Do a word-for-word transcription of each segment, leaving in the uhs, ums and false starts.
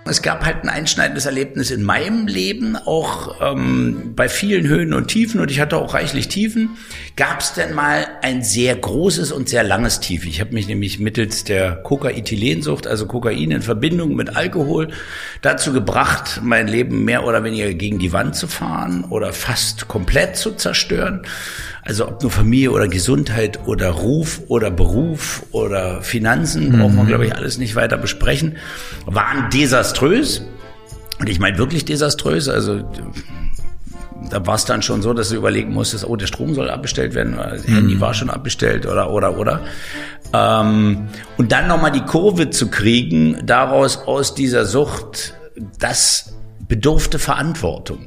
Es gab halt ein einschneidendes Erlebnis in meinem Leben, auch ähm, bei vielen Höhen und Tiefen, und ich hatte auch reichlich Tiefen, gab es denn mal ein sehr großes und sehr langes Tief. Ich habe mich nämlich mittels der Kokaethylensucht, also Kokain in Verbindung mit Alkohol, dazu gebracht, mein Leben mehr oder weniger gegen die Wand zu fahren oder fast komplett zu zerstören. Also ob nur Familie oder Gesundheit oder Ruf oder Beruf oder Finanzen, mhm. braucht man, glaube ich, alles nicht weiter besprechen, waren desaströs. Und ich meine wirklich desaströs. Also da war es dann schon so, dass du überlegen musstest, oh, der Strom soll abbestellt werden, das mhm. Handy war schon abbestellt oder, oder, oder. Ähm, und dann nochmal die Kurve zu kriegen, daraus aus dieser Sucht, das bedurfte Verantwortung.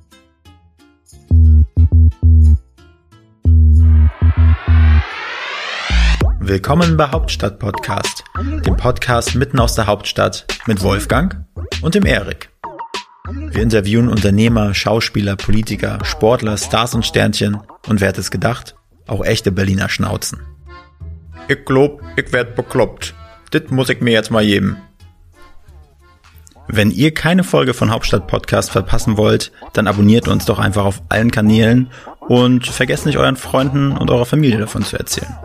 Willkommen bei Hauptstadt Podcast, dem Podcast mitten aus der Hauptstadt mit Wolfgang und dem Erik. Wir interviewen Unternehmer, Schauspieler, Politiker, Sportler, Stars und Sternchen und wer hätte es gedacht, auch echte Berliner Schnauzen. Ich glaub, ich werd bekloppt. Das muss ich mir jetzt mal geben. Wenn ihr keine Folge von Hauptstadt Podcast verpassen wollt, dann abonniert uns doch einfach auf allen Kanälen und vergesst nicht euren Freunden und eurer Familie davon zu erzählen.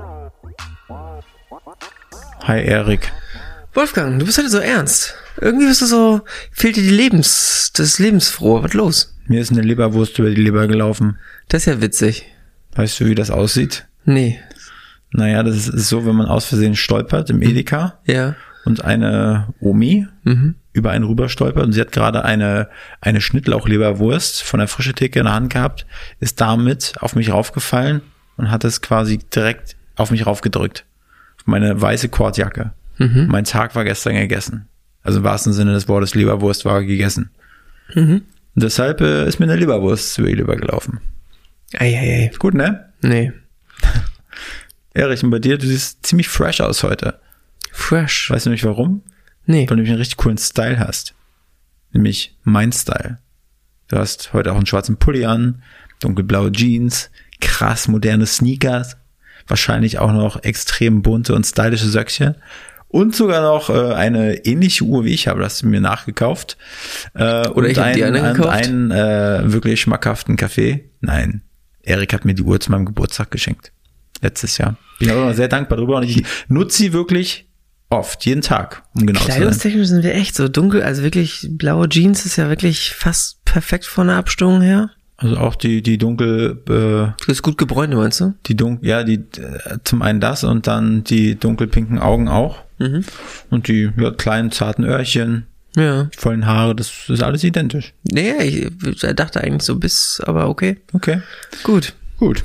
Hi Erik. Wolfgang, du bist heute so ernst. Irgendwie bist du so, fehlt dir die Lebens, das Lebensfrohe. Was los? Mir ist eine Leberwurst über die Leber gelaufen. Das ist ja witzig. Weißt du, wie das aussieht? Nee. Naja, das ist so, wenn man aus Versehen stolpert im Edeka. Ja. Und eine Omi mhm. über einen rüber stolpert und sie hat gerade eine, eine Schnittlauchleberwurst von der Frischetheke in der Hand gehabt, ist damit auf mich raufgefallen und hat es quasi direkt auf mich raufgedrückt. Meine weiße Kordjacke. Mhm. Mein Tag war gestern gegessen. Also im wahrsten Sinne des Wortes, Leberwurst war gegessen. Mhm. Und deshalb äh, ist mir eine Leberwurst über die Leber gelaufen. Eieiei. Gut, ne? Nee. Erich, und bei dir, du siehst ziemlich fresh aus heute. Fresh? Weißt du nicht warum? Nee. Weil du nämlich einen richtig coolen Style hast. Nämlich mein Style. Du hast heute auch einen schwarzen Pulli an, dunkelblaue Jeans, krass moderne Sneakers, wahrscheinlich auch noch extrem bunte und stylische Söckchen und sogar noch äh, eine ähnliche Uhr wie ich habe, das hast du mir nachgekauft. Äh, Oder ich habe die eine gekauft. Und einen äh, wirklich schmackhaften Kaffee. Nein, Erik hat mir die Uhr zu meinem Geburtstag geschenkt. Letztes Jahr. Bin aber sehr dankbar drüber und ich nutze sie wirklich oft, jeden Tag, um genau zu sein. Kleidungstechnisch sind wir echt so dunkel, also wirklich blaue Jeans ist ja wirklich fast perfekt von der Abstimmung her. Also auch die die dunkel äh, Du bist gut gebräunt, meinst du? Die dunkel ja, die äh, zum einen das und dann die dunkelpinken Augen auch. Mhm. Und die ja, kleinen zarten Öhrchen. Ja. Die vollen Haare, das ist alles identisch. Nee, ich, ich dachte eigentlich so bis, aber okay. Okay. Gut. Gut.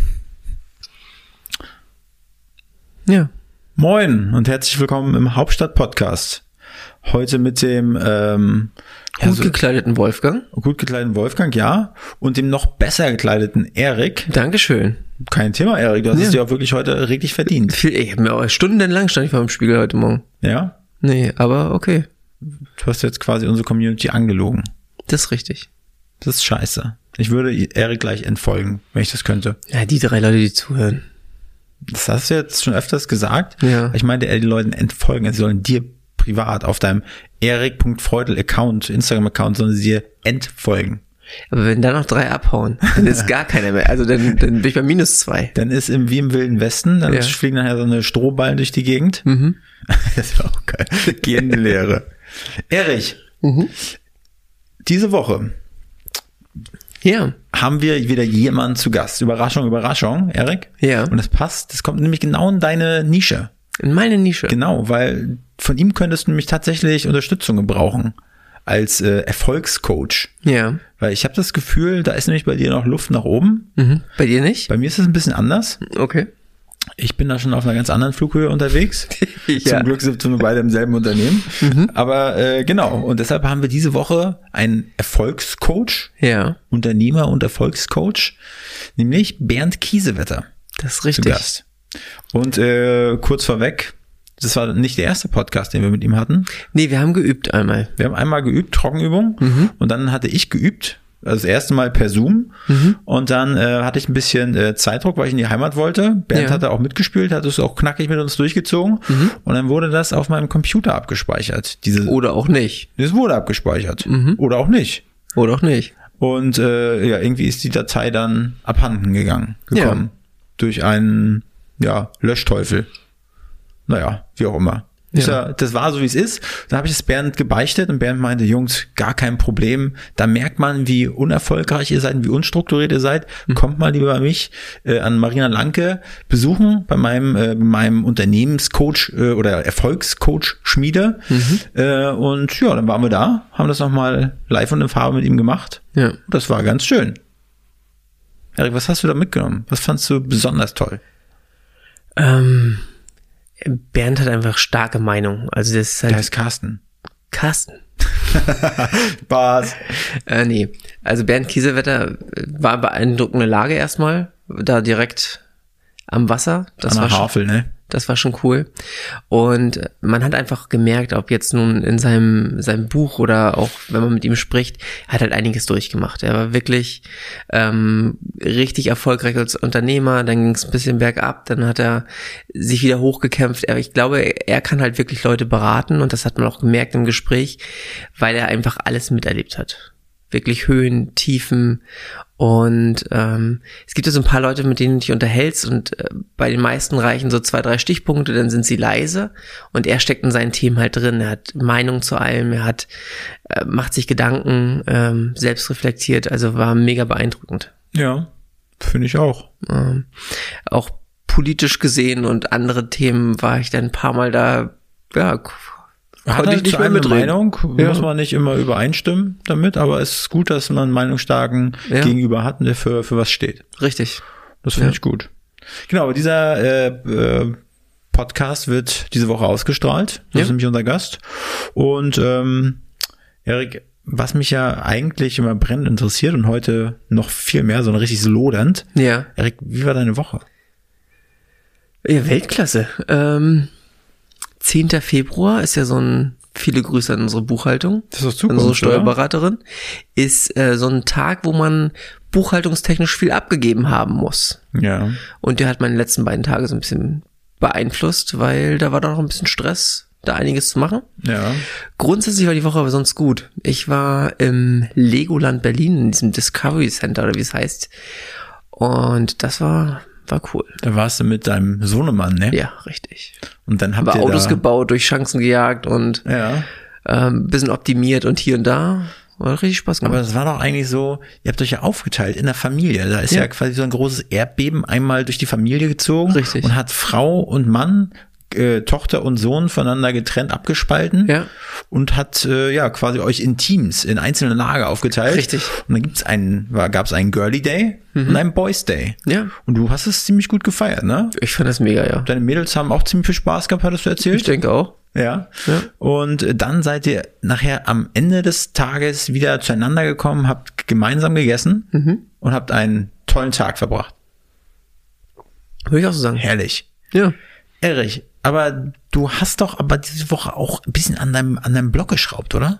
Ja. Moin und herzlich willkommen im Hauptstadt Podcast. Heute mit dem ähm, gut ja, so gekleideten Wolfgang. Gut gekleideten Wolfgang, ja. Und dem noch besser gekleideten Erik. Dankeschön. Kein Thema, Erik. Du hast ja. es dir auch wirklich heute richtig verdient. Viel, ich hab mir auch stundenlang stand ich vor dem Spiegel heute Morgen. Ja? Nee, aber okay. Du hast jetzt quasi unsere Community angelogen. Das ist richtig. Das ist scheiße. Ich würde Erik gleich entfolgen, wenn ich das könnte. Ja, die drei Leute, die zuhören. Das hast du jetzt schon öfters gesagt. Ja. Ich meinte, die Leuten entfolgen. Sie sollen dir privat auf deinem erik punkt freudl Account, Instagram-Account, sollen sie dir entfolgen. Aber wenn da noch drei abhauen, dann ist gar keiner mehr. Also dann, dann bin ich bei minus zwei. Dann ist im, wie im Wilden Westen, dann ja. fliegen nachher so eine Strohballen durch die Gegend. Mhm. Das ist auch geil. Geh in die Leere. Erich, mhm. diese Woche ja. haben wir wieder jemanden zu Gast. Überraschung, Überraschung, Erik. Ja. Und das passt, das kommt nämlich genau in deine Nische. In meine Nische. Genau, weil von ihm könntest du nämlich tatsächlich Unterstützung gebrauchen als äh, Erfolgscoach. Ja. Weil ich habe das Gefühl, da ist nämlich bei dir noch Luft nach oben. Mhm. Bei dir nicht? Bei mir ist es ein bisschen anders. Okay. Ich bin da schon auf einer ganz anderen Flughöhe unterwegs. ja. Zum Glück sind wir beide im selben Unternehmen. Mhm. Aber äh, genau, und deshalb haben wir diese Woche einen Erfolgscoach, ja. Unternehmer und Erfolgscoach, nämlich Bernd Kiesewetter. Das ist richtig. Zu Gast. Und äh, kurz vorweg, das war nicht der erste Podcast, den wir mit ihm hatten. Nee, wir haben geübt einmal. Wir haben einmal geübt, Trockenübung. Mhm. Und dann hatte ich geübt, Also das erste Mal per Zoom. Mhm. Und dann äh, hatte ich ein bisschen äh, Zeitdruck, weil ich in die Heimat wollte. Bernd Ja. hatte auch mitgespielt, hat es auch knackig mit uns durchgezogen. Mhm. Und dann wurde das auf meinem Computer abgespeichert. Diese, Oder auch nicht. es wurde abgespeichert. Mhm. Oder auch nicht. Oder auch nicht. Und äh, ja, irgendwie ist die Datei dann abhanden gegangen, gekommen. Ja. Durch einen, ja, Löschteufel. Naja, wie auch immer. Ist Ja. ja, das war so, wie es ist. Dann habe ich es Bernd gebeichtet und Bernd meinte, Jungs, gar kein Problem. Da merkt man, wie unerfolgreich ihr seid und wie unstrukturiert ihr seid. Mhm. Kommt mal lieber bei mich äh, an Marina Lanke besuchen, bei meinem äh, bei meinem Unternehmenscoach äh, oder Erfolgscoach Schmiede. Mhm. Äh, und ja, dann waren wir da, haben das nochmal live und in Farbe mit ihm gemacht. Ja. Das war ganz schön. Erik, was hast du da mitgenommen? Was fandst du besonders toll? Ähm, Bernd hat einfach starke Meinung. Also das ist halt Der heißt Carsten. Carsten. Spaß. Äh, nee. Also Bernd Kiesewetter war beeindruckende Lage erstmal. Da direkt am Wasser. Das An war der schon, Havel, ne? das war schon cool. Und man hat einfach gemerkt, ob jetzt nun in seinem, seinem Buch oder auch wenn man mit ihm spricht, er hat halt einiges durchgemacht. Er war wirklich ähm, richtig erfolgreich als Unternehmer, dann ging es ein bisschen bergab, dann hat er sich wieder hochgekämpft. Er, ich glaube, er kann halt wirklich Leute beraten und das hat man auch gemerkt im Gespräch, weil er einfach alles miterlebt hat. Wirklich Höhen, Tiefen und ähm, es gibt ja so ein paar Leute, mit denen du dich unterhältst und äh, bei den meisten reichen so zwei, drei Stichpunkte, dann sind sie leise und er steckt in seinen Themen halt drin, er hat Meinung zu allem, er hat äh, macht sich Gedanken, ähm, selbst reflektiert, also war mega beeindruckend. Ja, finde ich auch. Ähm, auch politisch gesehen und andere Themen war ich dann ein paar Mal da, ja, Hat konnte ich halt nicht zu mehr einem eine mitreden. Meinung, Ja. muss man nicht immer übereinstimmen damit, aber es ist gut, dass man einen meinungsstarken Ja. Gegenüber hat, der für, für was steht. Richtig. Das finde Ja. ich gut. Genau, aber dieser äh, äh, Podcast wird diese Woche ausgestrahlt. Das Ja. ist nämlich unser Gast. Und ähm, Erik, was mich ja eigentlich immer brennend interessiert und heute noch viel mehr, so richtig so lodernd. Ja. Erik, wie war deine Woche? Ja, Weltklasse. Ähm, zehnter Februar ist ja so ein, viele Grüße an unsere Buchhaltung. Das ist doch An Zukunft, unsere Steuerberaterin. Ist äh, so ein Tag, wo man buchhaltungstechnisch viel abgegeben haben muss. Ja. Und der hat meine letzten beiden Tage so ein bisschen beeinflusst, weil da war doch noch ein bisschen Stress, da einiges zu machen. Ja. Grundsätzlich war die Woche aber sonst gut. Ich war im Legoland Berlin, in diesem Discovery Center oder wie es heißt. Und das war, war cool. Da warst du mit deinem Sohnemann, ne? Ja, richtig. Und dann habt Aber ihr Autos da, gebaut, durch Chancen gejagt und Ja. ähm, bisschen optimiert und hier und da. War richtig Spaß gemacht. Aber das war doch eigentlich so, ihr habt euch ja aufgeteilt in der Familie. Da ist ja, Ja. quasi so ein großes Erdbeben einmal durch die Familie gezogen. Richtig. Und hat Frau und Mann, äh, Tochter und Sohn voneinander getrennt abgespalten. Ja. Und hat äh, ja quasi euch in Teams, in einzelne Lager aufgeteilt. Richtig. Und dann gibt's einen, war, gab's einen Girly Day und einen Boys Day. Ja. Und du hast es ziemlich gut gefeiert, ne? Ich fand das mega, ja. Deine Mädels haben auch ziemlich viel Spaß gehabt, hattest du erzählt? Ich denke auch. Ja. Ja. Und dann seid ihr nachher am Ende des Tages wieder zueinander gekommen, habt gemeinsam gegessen Mhm. und habt einen tollen Tag verbracht. Würde ich auch so sagen. Herrlich. Ja. Erich, aber du hast doch aber diese Woche auch ein bisschen an deinem, an deinem Blog geschraubt, oder?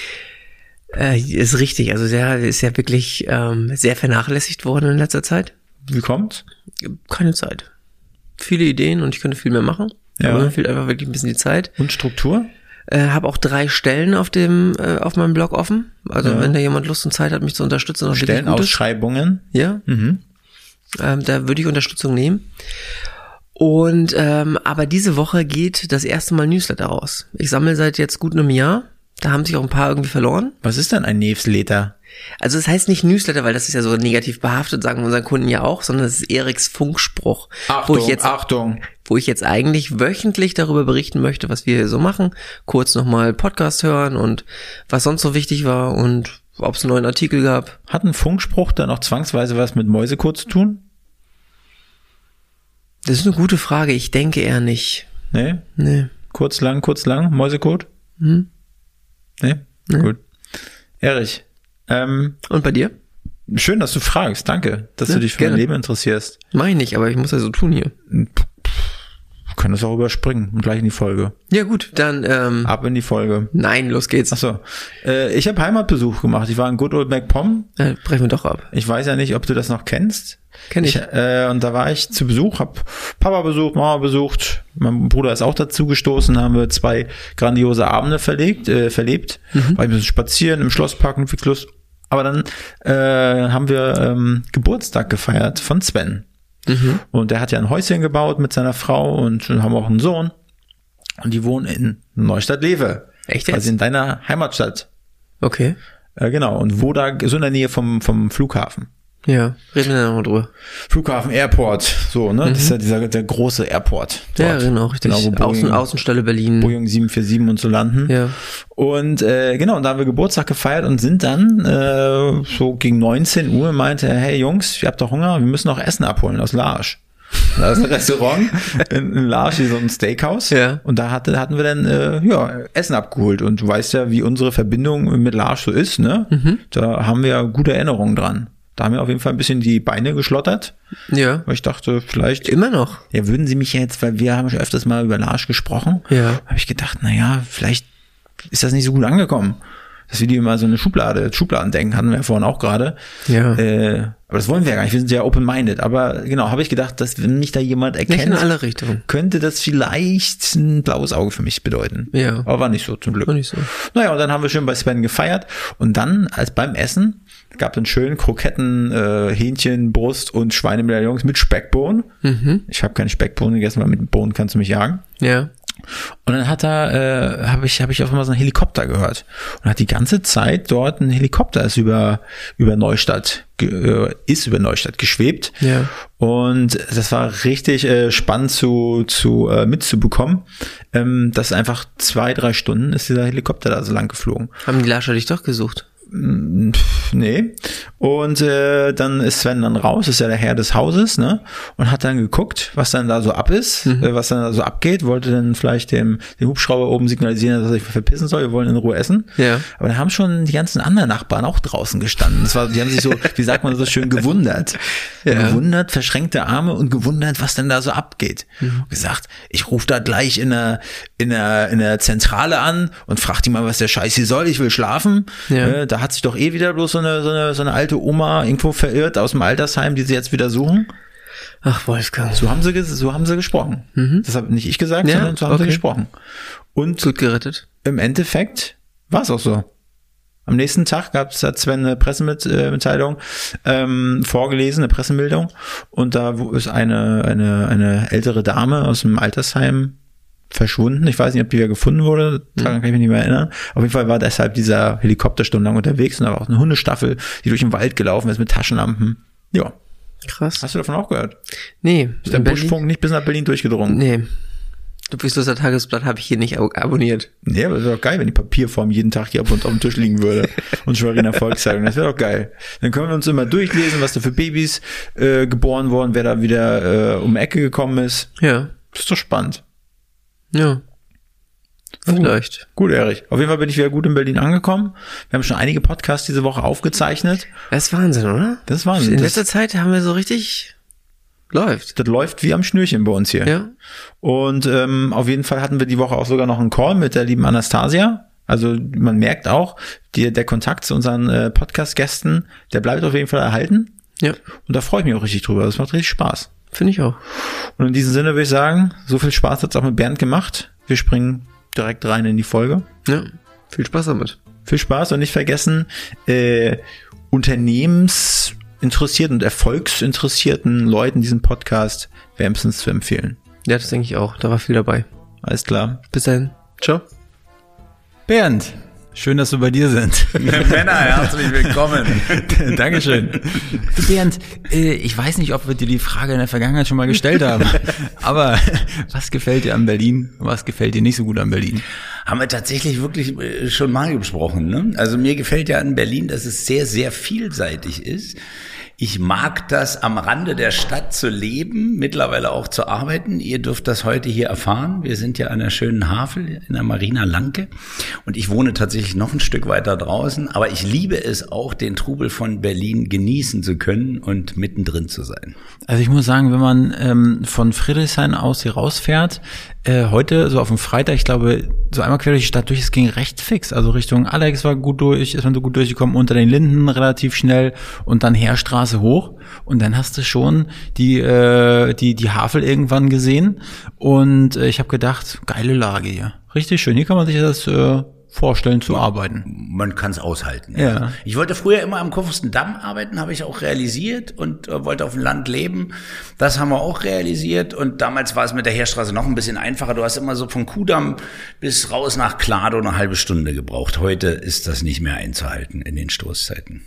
Äh, ist richtig. Also der ist ja wirklich ähm, sehr vernachlässigt worden in letzter Zeit. Wie kommt's? Keine Zeit. Viele Ideen und ich könnte viel mehr machen. Ja. Aber mir fehlt einfach wirklich ein bisschen die Zeit. Und Struktur? Äh, habe auch drei Stellen auf dem äh, auf meinem Blog offen. Also Ja. wenn da jemand Lust und Zeit hat, mich zu unterstützen, was wirklich gut ist. Stellenausschreibungen? Ja. Mhm. Ähm, da würde ich Unterstützung nehmen. Und ähm, aber diese Woche geht das erste Mal Newsletter raus. Ich sammle seit jetzt gut einem Jahr. Da haben sich auch ein paar irgendwie verloren. Was ist denn ein Newsletter? Also es heißt nicht Newsletter, weil das ist ja so negativ behaftet, sagen wir unseren Kunden ja auch, sondern es ist Eriks Funkspruch, Achtung, wo ich jetzt, Achtung. wo ich jetzt eigentlich wöchentlich darüber berichten möchte, was wir hier so machen, kurz nochmal Podcast hören und was sonst so wichtig war und ob es einen neuen Artikel gab. Hat ein Funkspruch dann auch zwangsweise was mit Mäusecode zu tun? Das ist eine gute Frage, ich denke eher nicht. Nee? Nee. Kurz, lang, kurz, lang, Mäusecode? Hm? Nee? Nee. Gut. Erich, ähm, Und bei dir? schön, dass du fragst. Danke, dass Ja, du dich für gerne. dein Leben interessierst. Mach ich nicht, aber ich muss ja so tun hier. können das auch überspringen und gleich in die Folge. Ja gut, dann ähm, Ab in die Folge. Nein, los geht's. Achso. Äh, ich habe Heimatbesuch gemacht. Ich war in Good Old MacPom. Ja, brechen wir doch ab. Ich weiß ja nicht, ob du das noch kennst. Kenn ich. ich äh, und da war ich zu Besuch, hab Papa besucht, Mama besucht. Mein Bruder ist auch dazu gestoßen. Haben wir zwei grandiose Abende verlegt, äh, verlebt. Mhm. War ich ein bisschen spazieren im Schlosspark und fix Lust. Aber dann äh, haben wir ähm, Geburtstag gefeiert von Sven. Mhm. Und der hat ja ein Häuschen gebaut mit seiner Frau und haben auch einen Sohn. Und die wohnen in Neustadt-Lewe. Echt jetzt? Also in deiner Heimatstadt. Okay. Äh, genau. Und wo da, so in der Nähe vom, vom Flughafen. Ja, reden wir dann noch drüber. Flughafen, Airport, so, ne? Mhm. Das ist ja dieser, der große Airport. Dort. Ja, genau, richtig. Genau, Boeing, Außen, Außenstelle Berlin. Boeing sieben vier sieben und so landen. Ja. Und äh, genau, und da haben wir Geburtstag gefeiert und sind dann äh, so gegen neunzehn Uhr meinte, hey Jungs, ihr habt doch Hunger, wir müssen noch Essen abholen aus L'Arche. Da ist ein Restaurant in, in L'Arche, so ein Steakhouse. Ja. Und da hatte, hatten wir dann äh, ja, Essen abgeholt. Und du weißt ja, wie unsere Verbindung mit L'Arche so ist, ne? Mhm. Da haben wir gute Erinnerungen dran. Da haben wir auf jeden Fall ein bisschen die Beine geschlottert. Ja. Weil ich dachte, vielleicht... Immer noch. Ja, würden sie mich jetzt, weil wir haben schon öfters mal über L'Arche gesprochen. Ja. Habe ich gedacht, naja, vielleicht ist das nicht so gut angekommen. Dass wir die immer so eine Schublade, Schubladen denken, hatten wir ja vorhin auch gerade. Ja. Äh, aber das wollen wir ja gar nicht, wir sind ja open-minded. Aber genau, habe ich gedacht, dass wenn mich da jemand erkennt, nicht in alle Richtungen, könnte das vielleicht ein blaues Auge für mich bedeuten. Ja. Aber war nicht so, zum Glück. War nicht so. Naja, und dann haben wir schön bei Sven gefeiert. Und dann, als beim Essen, gab es einen schönen Kroketten, äh, Hähnchen, Brust und Schweinemedaillons mit Speckbohnen. Mhm. Ich habe keine Speckbohnen gegessen, weil mit Bohnen kannst du mich jagen. Ja. Und dann hat er, äh, habe ich, habe ich auf einmal so einen Helikopter gehört und hat die ganze Zeit dort ein Helikopter ist über über Neustadt äh, ist über Neustadt geschwebt. Ja. Und das war richtig äh, spannend zu zu äh, mitzubekommen. Ähm, dass einfach zwei drei Stunden ist dieser Helikopter da so lang geflogen. Haben die Lascher dich doch gesucht? Nee. Und äh, dann ist Sven dann raus, ist ja der Herr des Hauses, ne? Und hat dann geguckt, was dann da so ab ist, mhm. äh, was dann da so abgeht, wollte dann vielleicht dem, dem Hubschrauber oben signalisieren, dass er sich verpissen soll, wir wollen in Ruhe essen. Ja. Aber da haben schon die ganzen anderen Nachbarn auch draußen gestanden. Das war, die haben sich so, wie sagt man so schön, gewundert. Ja. Gewundert, verschränkte Arme und gewundert, was denn da so abgeht. Mhm. Und gesagt, ich rufe da gleich in der, in der, in der Zentrale an und frag die mal, was der Scheiß hier soll, ich will schlafen. Ja. Äh, da hat sich doch eh wieder bloß so eine, so eine, so eine alte Oma irgendwo verirrt aus dem Altersheim, die sie jetzt wieder suchen. Ach, Wolfgang. So haben sie, so haben sie gesprochen. Mhm. Das habe nicht ich gesagt, ja, sondern so haben okay. sie gesprochen. Und gut gerettet. Im Endeffekt war es auch so. Am nächsten Tag gab es, hat Sven eine Pressemitteilung ähm, vorgelesen, eine Pressemeldung. Und da ist eine, eine, eine ältere Dame aus dem Altersheim verschwunden. Ich weiß nicht, ob die wieder gefunden wurde. Daran kann ich mich nicht mehr erinnern. Auf jeden Fall war deshalb dieser Helikopter stundenlang unterwegs und da war auch eine Hundestaffel, die durch den Wald gelaufen ist mit Taschenlampen. Ja. Krass. Hast du davon auch gehört? Nee. Ist der Buschfunk nicht bis nach Berlin durchgedrungen? Nee. Ludwigsloser Tagesblatt habe ich hier nicht ab- abonniert. Nee, aber das wäre doch geil, wenn die Papierform jeden Tag hier ab und auf dem Tisch liegen würde. Und Schweriner Volkszeitung. Das wäre doch geil. Dann können wir uns immer durchlesen, was da für Babys äh, geboren wurden, wer da wieder äh, um die Ecke gekommen ist. Ja. Das ist doch spannend. Ja. Vielleicht. Gut, Erich. Auf jeden Fall bin ich wieder gut in Berlin angekommen. Wir haben schon einige Podcasts diese Woche aufgezeichnet. Das ist Wahnsinn, oder? Das ist Wahnsinn. In letzter Zeit haben wir so richtig... Läuft. Das läuft wie am Schnürchen bei uns hier. Ja. Und ähm, auf jeden Fall hatten wir die Woche auch sogar noch einen Call mit der lieben Anastasia. Also man merkt auch, die, der Kontakt zu unseren äh, Podcast-Gästen, der bleibt auf jeden Fall erhalten. Ja. Und da freue ich mich auch richtig drüber. Das macht richtig Spaß. Finde ich auch. Und in diesem Sinne würde ich sagen, so viel Spaß hat's auch mit Bernd gemacht. Wir springen direkt rein in die Folge. Ja, viel Spaß damit. Viel Spaß und nicht vergessen, äh, unternehmensinteressierten und erfolgsinteressierten Leuten diesen Podcast wärmstens zu empfehlen. Ja, das denke ich auch. Da war viel dabei. Alles klar. Bis dahin. Ciao. Bernd, schön, dass wir bei dir sind. Männer, herzlich willkommen. Dankeschön. Du Bernd, äh, ich weiß nicht, ob wir dir die Frage in der Vergangenheit schon mal gestellt haben, aber was gefällt dir an Berlin, was gefällt dir nicht so gut an Berlin? Haben wir tatsächlich wirklich schon mal besprochen, ne? Also mir gefällt ja in Berlin, dass es sehr, sehr vielseitig ist. Ich mag das, am Rande der Stadt zu leben, mittlerweile auch zu arbeiten. Ihr dürft das heute hier erfahren. Wir sind ja an der schönen Havel in der Marina Lanke und ich wohne tatsächlich noch ein Stück weiter draußen. Aber ich liebe es auch, den Trubel von Berlin genießen zu können und mittendrin zu sein. Also ich muss sagen, wenn man ähm, von Friedrichshain aus hier rausfährt, äh, heute so auf dem Freitag, ich glaube, so einmal quer durch die Stadt durch, es ging recht fix. Also Richtung Alex war gut durch, ist man so gut durchgekommen, unter den Linden relativ schnell und dann Heerstraße hoch und dann hast du schon die äh, die die Havel irgendwann gesehen und äh, ich habe gedacht, geile Lage hier. Richtig schön, hier kann man sich das äh, vorstellen zu arbeiten. Man kann es aushalten. Ja. Ja. Ich wollte früher immer am Kurfürstendamm arbeiten, habe ich auch realisiert und äh, wollte auf dem Land leben. Das haben wir auch realisiert und damals war es mit der Heerstraße noch ein bisschen einfacher. Du hast immer so von Kudamm bis raus nach Klado eine halbe Stunde gebraucht. Heute ist das nicht mehr einzuhalten in den Stoßzeiten.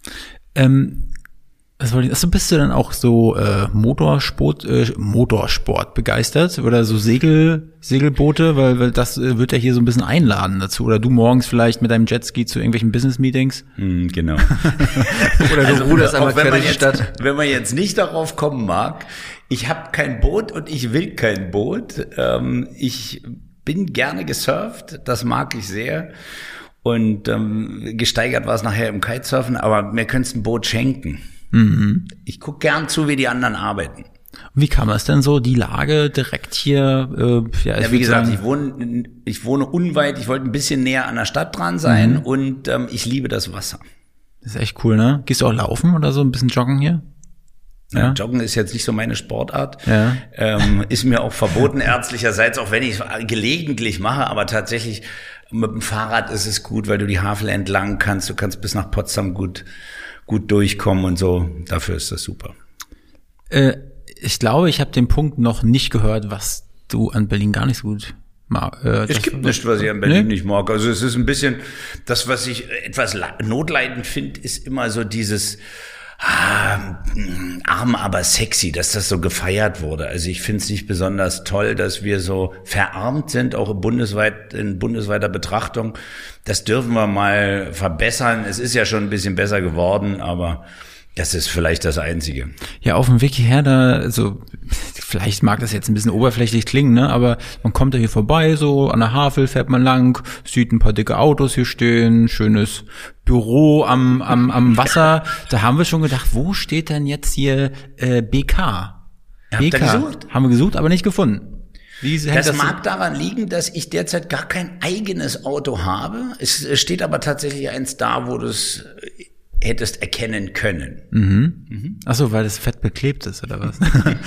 Ähm, Was wollte ich, also bist du dann auch so äh, Motorsport, äh, Motorsport begeistert oder so Segel, Segelboote, weil, weil das äh, wird ja hier so ein bisschen einladen dazu. Oder du morgens vielleicht mit deinem Jetski zu irgendwelchen Business-Meetings. Mm, genau. Oder du also, ruderst einmal wenn quer man durch die jetzt, Stadt. wenn man jetzt nicht darauf kommen mag, ich habe kein Boot und ich will kein Boot. Ähm, ich bin gerne gesurft, das mag ich sehr. Und ähm, gesteigert war es nachher im Kitesurfen, aber mir könntest ein Boot schenken. Mhm. Ich guck gern zu, wie die anderen arbeiten. Wie kam es denn so, die Lage direkt hier? Äh, ja, ja, wie gesagt, ich wohne, ich wohne unweit, ich wollte ein bisschen näher an der Stadt dran sein mhm. und ähm, ich liebe das Wasser. Das ist echt cool, ne? Gehst du auch laufen oder so, ein bisschen joggen hier? Ja. Ja. Joggen ist jetzt nicht so meine Sportart, ja. ähm, ist mir auch verboten ärztlicherseits, auch wenn ich es gelegentlich mache, aber tatsächlich mit dem Fahrrad ist es gut, weil du die Havel entlang kannst, du kannst bis nach Potsdam gut gut durchkommen und so. Dafür ist das super. Äh, ich glaube, ich habe den Punkt noch nicht gehört, was du an Berlin gar nicht so gut magst. Äh, es gibt nichts, was ich an Berlin nee? nicht mag. Also es ist ein bisschen, das, was ich etwas notleidend finde, ist immer so dieses ah, arm, aber sexy, dass das so gefeiert wurde. Also ich finde es nicht besonders toll, dass wir so verarmt sind, auch in bundesweit, in bundesweiter Betrachtung. Das dürfen wir mal verbessern. Es ist ja schon ein bisschen besser geworden, aber das ist vielleicht das Einzige. Ja, auf dem Weg hierher, da, also vielleicht mag das jetzt ein bisschen oberflächlich klingen, ne? Aber man kommt da hier vorbei, so an der Havel fährt man lang, sieht ein paar dicke Autos hier stehen, schönes Büro am am am Wasser. Da haben wir schon gedacht, wo steht denn jetzt hier äh, B K? Habt ihr gesucht? Haben wir gesucht, aber nicht gefunden. Wie das, das mag daran liegen, dass ich derzeit gar kein eigenes Auto habe. Es steht aber tatsächlich eins da, wo du es hättest erkennen können. Mhm. Mhm. Ach so, weil das fett beklebt ist, oder was?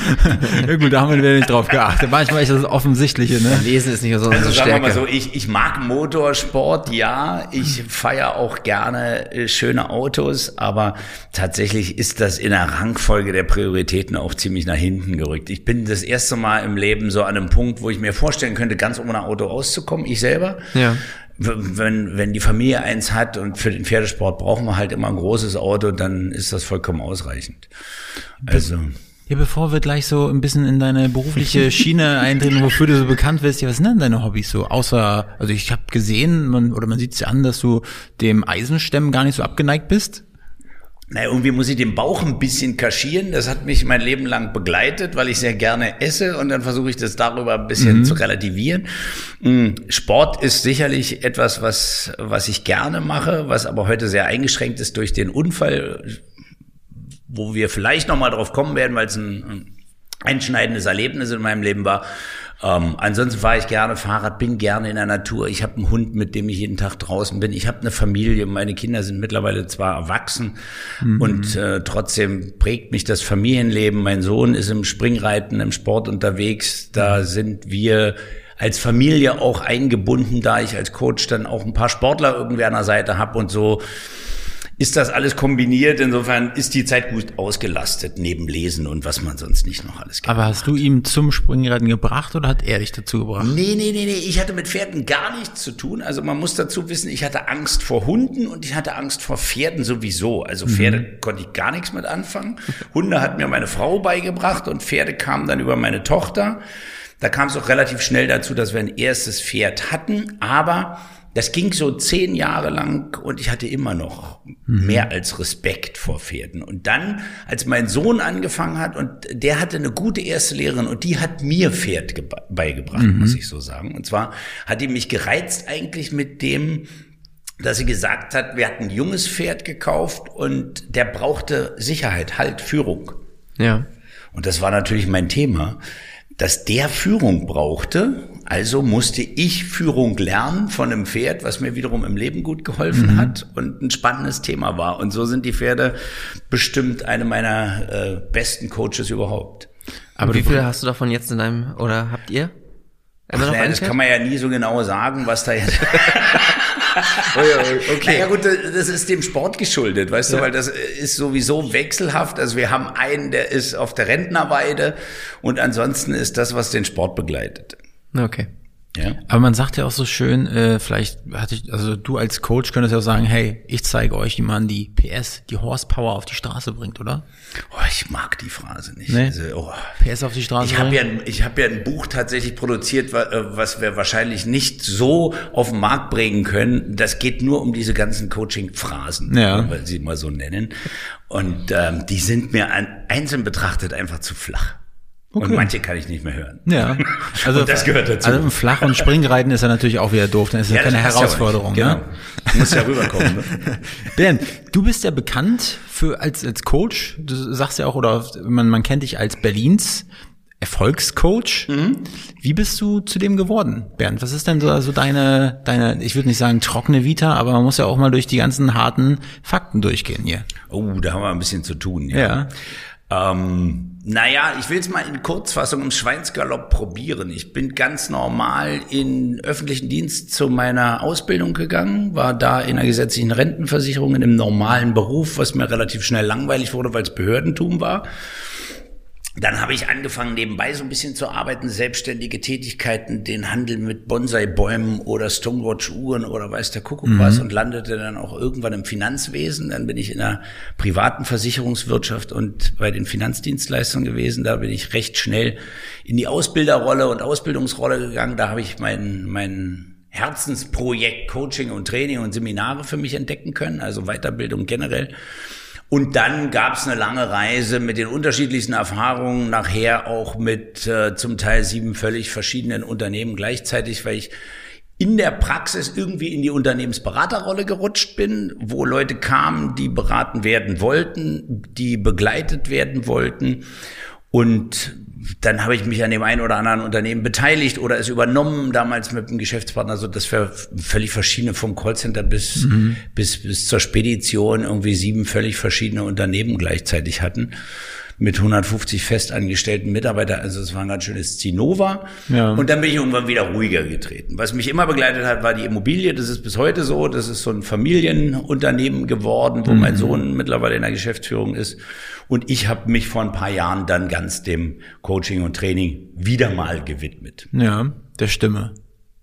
Ja gut, da haben wir wieder nicht drauf geachtet. Manchmal ist das Offensichtliche, ne? Lesen ist nicht so also unsere sagen Stärke. Wir mal so, ich, ich mag Motorsport, ja. Ich feiere auch gerne äh, schöne Autos, aber tatsächlich ist das in der Rangfolge der Prioritäten auch ziemlich nach hinten gerückt. Ich bin das erste Mal im Leben so an einem Punkt, wo ich mir vorstellen könnte, ganz ohne Auto auszukommen, ich selber. Ja. Wenn, wenn die Familie eins hat und für den Pferdesport brauchen wir halt immer ein großes Auto, dann ist das vollkommen ausreichend. Also. Ja, bevor wir gleich so ein bisschen in deine berufliche Schiene eintreten, wofür du so bekannt wirst, ja, was sind denn deine Hobbys so? Außer, also ich habe gesehen, man, oder man sieht es ja an, dass du dem Eisenstemmen gar nicht so abgeneigt bist. Na, irgendwie muss ich den Bauch ein bisschen kaschieren. Das hat mich mein Leben lang begleitet, weil ich sehr gerne esse und dann versuche ich das darüber ein bisschen mhm. zu relativieren. Sport ist sicherlich etwas, was, was ich gerne mache, was aber heute sehr eingeschränkt ist durch den Unfall, wo wir vielleicht nochmal drauf kommen werden, weil es ein einschneidendes Erlebnis in meinem Leben war. Ähm, ansonsten fahre ich gerne Fahrrad, bin gerne in der Natur. Ich habe einen Hund, mit dem ich jeden Tag draußen bin. Ich habe eine Familie. Meine Kinder sind mittlerweile zwar erwachsen mhm. und äh, trotzdem prägt mich das Familienleben. Mein Sohn ist im Springreiten, im Sport unterwegs. Da sind wir als Familie auch eingebunden, da ich als Coach dann auch ein paar Sportler irgendwie an der Seite habe und so. Ist das alles kombiniert? Insofern ist die Zeit gut ausgelastet, neben Lesen und was man sonst nicht noch alles gemacht hat. Aber hast du ihm zum Springreiten gebracht oder hat er dich dazu gebracht? Nee, nee, nee, nee. Ich hatte mit Pferden gar nichts zu tun. Also man muss dazu wissen, ich hatte Angst vor Hunden und ich hatte Angst vor Pferden sowieso. Also Pferde mhm. konnte ich gar nichts mit anfangen. Hunde hat mir meine Frau beigebracht und Pferde kamen dann über meine Tochter. Da kam es auch relativ schnell dazu, dass wir ein erstes Pferd hatten, aber das ging so zehn Jahre lang und ich hatte immer noch mehr als Respekt vor Pferden. Und dann, als mein Sohn angefangen hat und der hatte eine gute erste Lehrerin und die hat mir Pferd geba- beigebracht, mhm. muss ich so sagen. Und zwar hat die mich gereizt eigentlich mit dem, dass sie gesagt hat, wir hatten ein junges Pferd gekauft und der brauchte Sicherheit, Halt, Führung. Ja. Und das war natürlich mein Thema, dass der Führung brauchte. Also musste ich Führung lernen von einem Pferd, was mir wiederum im Leben gut geholfen mhm. hat und ein spannendes Thema war. Und so sind die Pferde bestimmt eine meiner äh, besten Coaches überhaupt. Aber wie viele hast du davon jetzt in deinem, oder habt ihr? Ach, naja, das kann man ja nie so genau sagen, was da jetzt... Okay. Naja gut, das ist dem Sport geschuldet, weißt ja. du, weil das ist sowieso wechselhaft. Also wir haben einen, der ist auf der Rentnerweide und ansonsten ist das, was den Sport begleitet. Okay. Ja. Aber man sagt ja auch so schön, äh, vielleicht hatte ich, also du als Coach könntest ja auch sagen, hey, ich zeige euch, wie man die P S, die Horsepower auf die Straße bringt, oder? Oh, ich mag die Phrase nicht. Nee. Also, oh. P S auf die Straße ich bringen? Ich habe ja, ich hab ja ein Buch tatsächlich produziert, was wir wahrscheinlich nicht so auf den Markt bringen können. Das geht nur um diese ganzen Coaching-Phrasen, ja. weil sie mal so nennen. Und ähm, die sind mir an, einzeln betrachtet einfach zu flach. Okay. Und manche kann ich nicht mehr hören. Ja, also und das gehört dazu. Also Flach- und Springreiten ist ja natürlich auch wieder doof, dann ist ja, ja keine Herausforderung. Ja ne? Genau. Muss ja rüberkommen. Ne? Bernd, du bist ja bekannt für als als Coach. Du sagst ja auch, oder man man kennt dich als Berlins Erfolgscoach. Mhm. Wie bist du zu dem geworden, Bernd? Was ist denn so also deine deine? Ich würde nicht sagen trockene Vita, aber man muss ja auch mal durch die ganzen harten Fakten durchgehen hier. Oh, da haben wir ein bisschen zu tun. Ja. ja. Ähm, naja, ich will es mal in Kurzfassung im Schweinsgalopp probieren. Ich bin ganz normal in öffentlichen Dienst zu meiner Ausbildung gegangen, war da in der gesetzlichen Rentenversicherung in einem normalen Beruf, was mir relativ schnell langweilig wurde, weil es Behördentum war. Dann habe ich angefangen, nebenbei so ein bisschen zu arbeiten, selbstständige Tätigkeiten, den Handel mit Bonsai-Bäumen oder Stonewatch-Uhren oder weiß der Kuckuck was mhm. und landete dann auch irgendwann im Finanzwesen. Dann bin ich in der privaten Versicherungswirtschaft und bei den Finanzdienstleistungen gewesen. Da bin ich recht schnell in die Ausbilderrolle und Ausbildungsrolle gegangen. Da habe ich mein, mein Herzensprojekt Coaching und Training und Seminare für mich entdecken können, also Weiterbildung generell. Und dann gab's eine lange Reise mit den unterschiedlichsten Erfahrungen, nachher auch mit äh, zum Teil sieben völlig verschiedenen Unternehmen gleichzeitig, weil ich in der Praxis irgendwie in die Unternehmensberaterrolle gerutscht bin, wo Leute kamen, die beraten werden wollten, die begleitet werden wollten. Und dann habe ich mich an dem einen oder anderen Unternehmen beteiligt oder es übernommen, damals mit einem Geschäftspartner, so dass wir völlig verschiedene, vom Callcenter bis, mhm. bis, bis zur Spedition irgendwie sieben völlig verschiedene Unternehmen gleichzeitig hatten. Mit hundertfünfzig festangestellten Mitarbeitern, also es war ein ganz schönes Zinnober. Ja. Und dann bin ich irgendwann wieder ruhiger getreten. Was mich immer begleitet hat, war die Immobilie. Das ist bis heute so. Das ist so ein Familienunternehmen geworden, wo mhm. mein Sohn mittlerweile in der Geschäftsführung ist. Und ich habe mich vor ein paar Jahren dann ganz dem Coaching und Training wieder mal gewidmet. Ja, der Stimme.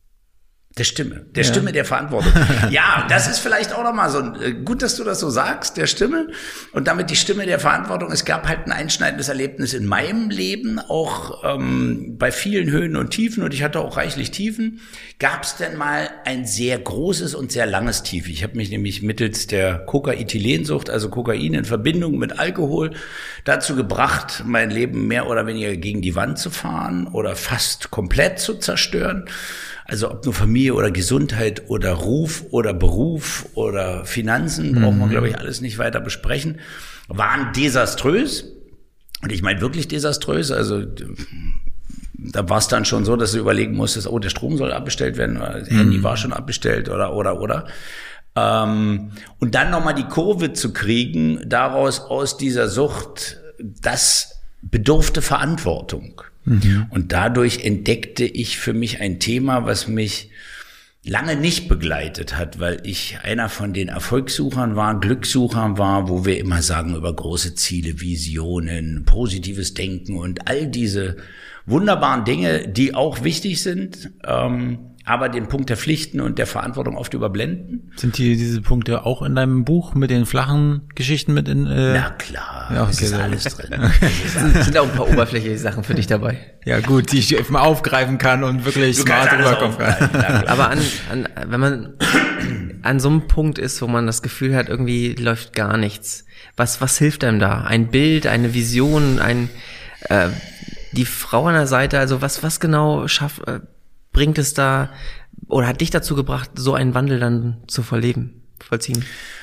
Der Stimme, der ja. Stimme der Verantwortung. Ja, das ist vielleicht auch nochmal so, gut, dass du das so sagst, der Stimme und damit die Stimme der Verantwortung. Es gab halt ein einschneidendes Erlebnis in meinem Leben, auch ähm, bei vielen Höhen und Tiefen und ich hatte auch reichlich Tiefen. Gab es denn mal ein sehr großes und sehr langes Tief? Ich habe mich nämlich mittels der Kokaethylensucht, also Kokain in Verbindung mit Alkohol, dazu gebracht, mein Leben mehr oder weniger gegen die Wand zu fahren oder fast komplett zu zerstören. Also ob nur Familie oder Gesundheit oder Ruf oder Beruf oder Finanzen, mhm. brauchen wir, glaube ich, alles nicht weiter besprechen, waren desaströs. Und ich meine wirklich desaströs. Also da war es dann schon so, dass du überlegen musstest, oh, der Strom soll abbestellt werden, oder das mhm. Handy war schon abbestellt oder, oder, oder. Ähm, und dann nochmal die Kurve zu kriegen, daraus aus dieser Sucht, das bedurfte Verantwortung. Mhm. Und dadurch entdeckte ich für mich ein Thema, was mich lange nicht begleitet hat, weil ich einer von den Erfolgssuchern war, Glückssuchern war, wo wir immer sagen über große Ziele, Visionen, positives Denken und all diese wunderbaren Dinge, die auch wichtig sind. Ähm, aber den Punkt der Pflichten und der Verantwortung oft überblenden. Sind die diese Punkte auch in deinem Buch mit den flachen Geschichten mit in? Äh Na klar, ja, okay, das ist sehr alles gut. drin. Es sind auch ein paar oberflächliche Sachen für dich dabei. Ja gut, die ich mal aufgreifen kann und wirklich Du kannst smart alles rüberkommen kann. aufgreifen, ja, klar. Aber an, an, wenn man an so einem Punkt ist, wo man das Gefühl hat, irgendwie läuft gar nichts. Was, was hilft einem da? Ein Bild, eine Vision, ein, äh, die Frau an der Seite, also was, was genau schafft, äh, bringt es da oder hat dich dazu gebracht, so einen Wandel dann zu verleben, vollziehen?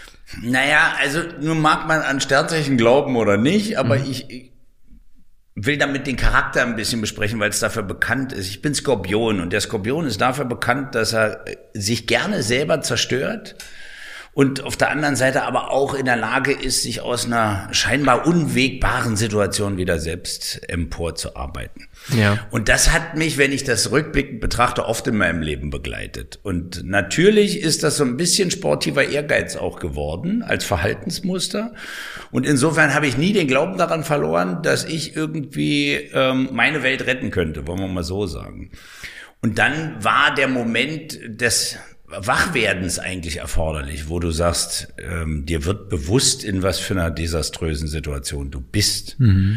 Naja, also nun mag man an Sternzeichen glauben oder nicht, aber mhm. ich, ich will damit den Charakter ein bisschen besprechen, weil es dafür bekannt ist. Ich bin Skorpion und der Skorpion ist dafür bekannt, dass er sich gerne selber zerstört und auf der anderen Seite aber auch in der Lage ist, sich aus einer scheinbar unwegbaren Situation wieder selbst emporzuarbeiten. Ja. Und das hat mich, wenn ich das rückblickend betrachte, oft in meinem Leben begleitet. Und natürlich ist das so ein bisschen sportiver Ehrgeiz auch geworden als Verhaltensmuster. Und insofern habe ich nie den Glauben daran verloren, dass ich irgendwie ähm, meine Welt retten könnte, wollen wir mal so sagen. Und dann war der Moment des Wachwerdens eigentlich erforderlich, wo du sagst, ähm, dir wird bewusst, in was für einer desaströsen Situation du bist. Mhm.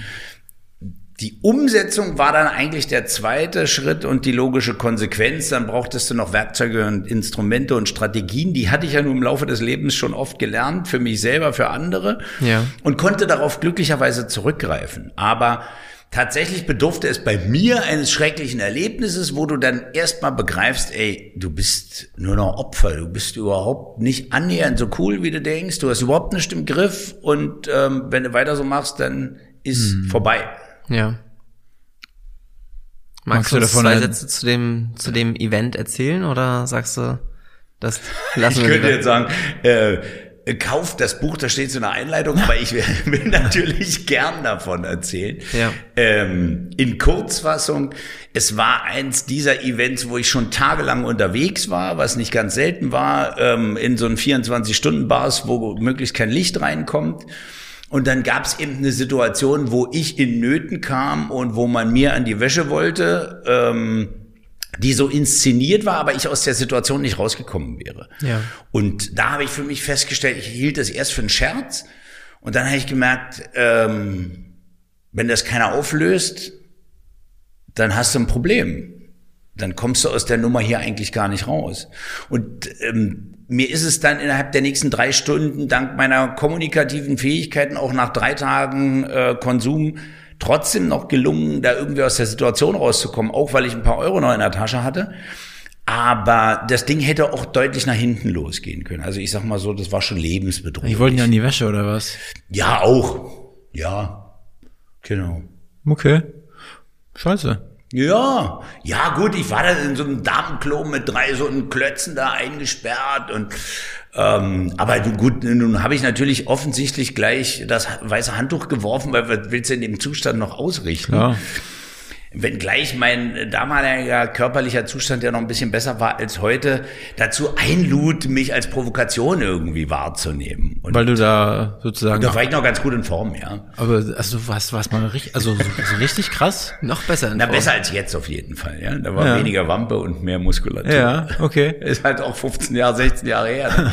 Die Umsetzung war dann eigentlich der zweite Schritt und die logische Konsequenz. Dann brauchtest du noch Werkzeuge und Instrumente und Strategien. Die hatte ich ja nun im Laufe des Lebens schon oft gelernt, für mich selber, für andere. Ja. Und konnte darauf glücklicherweise zurückgreifen. Aber tatsächlich bedurfte es bei mir eines schrecklichen Erlebnisses, wo du dann erstmal begreifst, ey, du bist nur noch Opfer, du bist überhaupt nicht annähernd so cool, wie du denkst, du hast überhaupt nicht im Griff und ähm, wenn du weiter so machst, dann ist hm. vorbei. Ja. Magst, Magst du uns davon zwei Sätze zu dem zu dem Event erzählen oder sagst du, das lassen wir? Ich könnte jetzt sagen, äh, kauft das Buch, da steht so eine Einleitung, aber ich will natürlich gern davon erzählen. Ja. Ähm, in Kurzfassung, es war eins dieser Events, wo ich schon tagelang unterwegs war, was nicht ganz selten war, ähm, in so einen vierundzwanzig-Stunden-Bars, wo möglichst kein Licht reinkommt. Und dann gab es eben eine Situation, wo ich in Nöten kam und wo man mir an die Wäsche wollte, ähm, die so inszeniert war, aber ich aus der Situation nicht rausgekommen wäre. Ja. Und da habe ich für mich festgestellt, ich hielt das erst für einen Scherz und dann habe ich gemerkt, ähm, wenn das keiner auflöst, dann hast du ein Problem. Dann kommst du aus der Nummer hier eigentlich gar nicht raus. Und ähm, mir ist es dann innerhalb der nächsten drei Stunden dank meiner kommunikativen Fähigkeiten auch nach drei Tagen äh, Konsum trotzdem noch gelungen, da irgendwie aus der Situation rauszukommen, auch weil ich ein paar Euro noch in der Tasche hatte. Aber das Ding hätte auch deutlich nach hinten losgehen können. Also ich sag mal so, das war schon lebensbedrohlich. Die wollten ja an die Wäsche oder was? Ja, auch. Ja, genau. Okay. Scheiße. Ja, ja gut, ich war da in so einem Damenklo mit drei so einen Klötzen da eingesperrt und ähm, aber du, gut, nun habe ich natürlich offensichtlich gleich das weiße Handtuch geworfen, weil was willst du in dem Zustand noch ausrichten? Ja. Wenngleich mein damaliger körperlicher Zustand ja noch ein bisschen besser war als heute, dazu einlud, mich als Provokation irgendwie wahrzunehmen. Und weil du da sozusagen... da war ich noch ganz gut in Form, ja. Aber also was was mal richtig, also so, so richtig krass? Noch besser in Na, Form. besser als jetzt auf jeden Fall, ja. Da war Ja. weniger Wampe und mehr Muskulatur. Ja, okay. Ist halt auch fünfzehn Jahre, sechzehn Jahre her. Ne?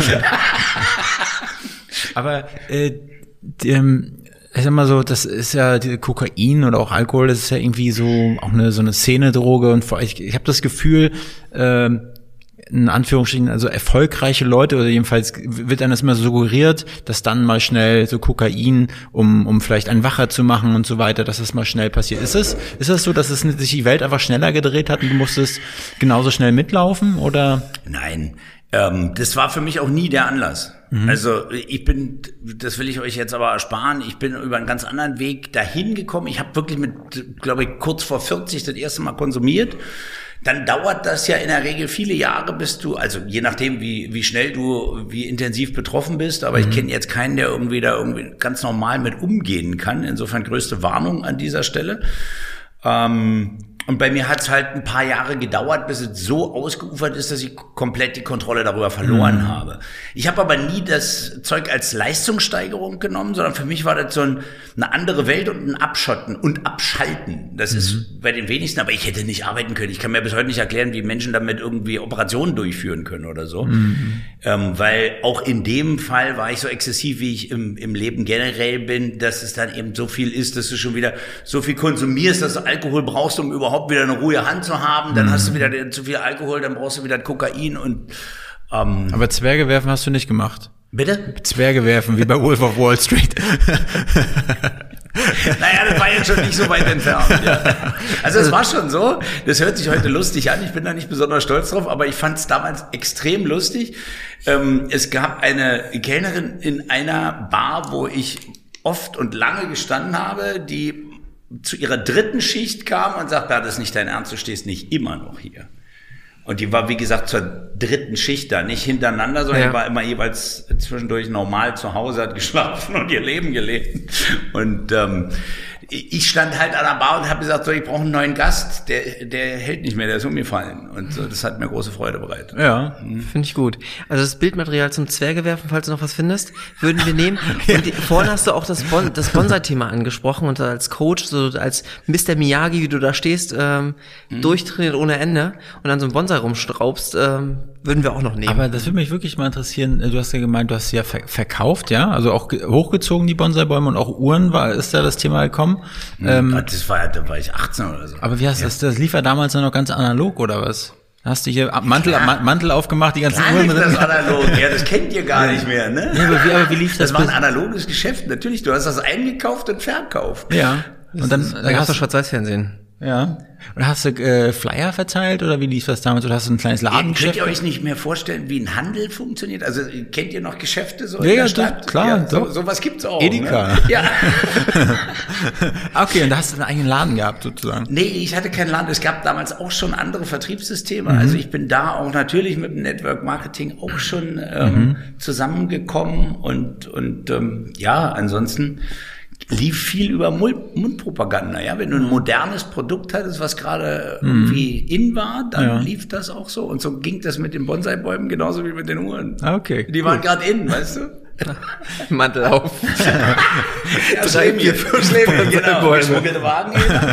Aber äh, die, ähm, ich sag mal so, das ist ja die Kokain oder auch Alkohol, das ist ja irgendwie so auch eine so eine Szenedroge und vor, ich, ich habe das Gefühl, ähm, in Anführungsstrichen, also erfolgreiche Leute oder jedenfalls wird einem das immer suggeriert, dass dann mal schnell so Kokain, um um vielleicht einen wacher zu machen und so weiter, dass das mal schnell passiert. Ist es ist das so, dass es sich die Welt einfach schneller gedreht hat und du musstest genauso schnell mitlaufen oder? Nein, ähm, das war für mich auch nie der Anlass. Mhm. Also ich bin, das will ich euch jetzt aber ersparen, ich bin über einen ganz anderen Weg dahin gekommen. Ich habe wirklich mit, glaube ich, kurz vor vierzig das erste Mal konsumiert. Dann dauert das ja in der Regel viele Jahre, bis du, also je nachdem, wie wie schnell du, wie intensiv betroffen bist, aber mhm. ich kenne jetzt keinen, der irgendwie da irgendwie ganz normal mit umgehen kann. Insofern größte Warnung an dieser Stelle. Ähm, Und bei mir hat es halt ein paar Jahre gedauert, bis es so ausgeufert ist, dass ich komplett die Kontrolle darüber verloren mhm. habe. Ich habe aber nie das Zeug als Leistungssteigerung genommen, sondern für mich war das so ein, eine andere Welt und ein Abschotten und Abschalten. Das mhm. ist bei den wenigsten, aber ich hätte nicht arbeiten können. Ich kann mir bis heute nicht erklären, wie Menschen damit irgendwie Operationen durchführen können oder so. Mhm. Ähm, weil auch in dem Fall war ich so exzessiv, wie ich im, im Leben generell bin, dass es dann eben so viel ist, dass du schon wieder so viel konsumierst, dass du Alkohol brauchst, um überhaupt wieder eine ruhige Hand zu haben, dann mhm. hast du wieder zu viel Alkohol, dann brauchst du wieder Kokain und ähm, aber Zwerge werfen hast du nicht gemacht. Bitte? Zwerge werfen, wie bei Wolf of Wall Street. Naja, das war jetzt schon nicht so weit entfernt. Ja. Also es war schon so, das hört sich heute lustig an, ich bin da nicht besonders stolz drauf, aber ich fand es damals extrem lustig. Ähm, es gab eine Kellnerin in einer Bar, wo ich oft und lange gestanden habe, die zu ihrer dritten Schicht kam und sagte, das ist nicht dein Ernst, du stehst nicht immer noch hier. Und die war, wie gesagt, zur dritten Schicht da, nicht hintereinander, sondern ja. die war immer jeweils zwischendurch normal zu Hause, hat geschlafen und ihr Leben gelebt. Und ähm, ich stand halt an der Bar und habe gesagt, so, ich brauche einen neuen Gast, der der hält nicht mehr, der ist umgefallen. Und so, das hat mir große Freude bereitet. Ja, mhm. finde ich gut. Also das Bildmaterial zum Zwergewerfen, falls du noch was findest, würden wir nehmen. Und die, vorhin hast du auch das, bon, das Bonsai-Thema angesprochen und als Coach, so als Mister Miyagi, wie du da stehst, ähm, mhm. durchtrainiert ohne Ende und an so einem Bonsai rumschraubst, ähm, würden wir auch noch nehmen. Aber das würde mich wirklich mal interessieren. Du hast ja gemeint, du hast sie ja ver- verkauft, ja? Also auch ge- hochgezogen, die Bonsai-Bäume, und auch Uhren, war, ist da das Thema gekommen? Mhm, ähm, das war, da war ich achtzehn oder so. Aber wie hast du ja. das, das lief ja damals noch ganz analog, oder was? Hast du hier Mantel, Ma- Mantel aufgemacht, die ganzen Klar Uhren lief drin? das analog, ja, das kennt ihr gar nicht mehr, ne? Ja, aber wie, aber wie lief das? Das war ein analoges Geschäft, natürlich. Du hast das eingekauft und verkauft. Ja. Und dann, da dann gab's hast doch Schwarz-Weiß-Fernsehen. Ja. Und hast du äh, Flyer verteilt oder wie lief das damals? Oder hast du ein kleines Ladengeschäft? Könnt ihr euch nicht mehr vorstellen, wie ein Handel funktioniert? Also kennt ihr noch Geschäfte so ja, in der ja, Stadt? Doch, klar. Ja, so, doch. sowas gibt's auch. Edeka. Ne? Ja. Okay, und da hast du einen eigenen Laden gehabt sozusagen? Nee, ich hatte keinen Laden. Es gab damals auch schon andere Vertriebssysteme. Mhm. Also ich bin da auch natürlich mit dem Network Marketing auch schon ähm, mhm. zusammengekommen und und ähm, ja, ansonsten lief viel über Mundpropaganda, ja. Wenn du ein modernes Produkt hattest, was gerade mm. irgendwie in war, dann ja. lief das auch so. Und so ging das mit den Bonsai-Bäumen genauso wie mit den Uhren. Okay. Die waren gerade in, weißt du? Mantel auf. Ja, Drei, vier, fünf Leben, genau. Geschmuggelte Wagen.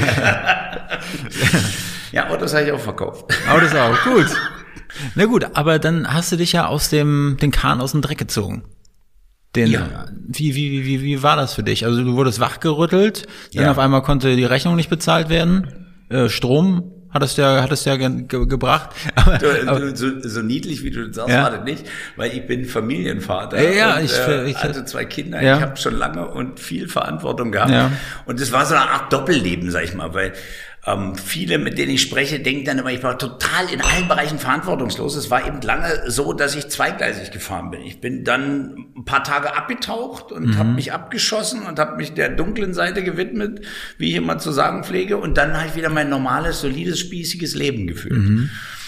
Ja, Autos habe ich auch verkauft. Autos auch, gut. Na gut, aber dann hast du dich ja aus dem, den Kahn aus dem Dreck gezogen. Den, ja. wie, wie, wie, wie war das für dich? Also du wurdest wachgerüttelt, dann ja. auf einmal konnte die Rechnung nicht bezahlt werden, äh, Strom hattest du ja, hattest du ja ge- ge- gebracht. Aber, du, aber, du, so, so niedlich, wie du das sagst, ja. war das nicht, weil ich bin Familienvater ja, ja, und ich, äh, ich hatte zwei Kinder, ja. ich habe schon lange und viel Verantwortung gehabt. Ja. Und das war so eine Art Doppelleben, sag ich mal, weil Ähm, viele, mit denen ich spreche, denken dann immer, ich war total in allen Bereichen verantwortungslos. Es war eben lange so, dass ich zweigleisig gefahren bin. Ich bin dann ein paar Tage abgetaucht und mhm. habe mich abgeschossen und habe mich der dunklen Seite gewidmet, wie ich immer zu sagen pflege. Und dann habe ich wieder mein normales, solides, spießiges Leben geführt. Mhm.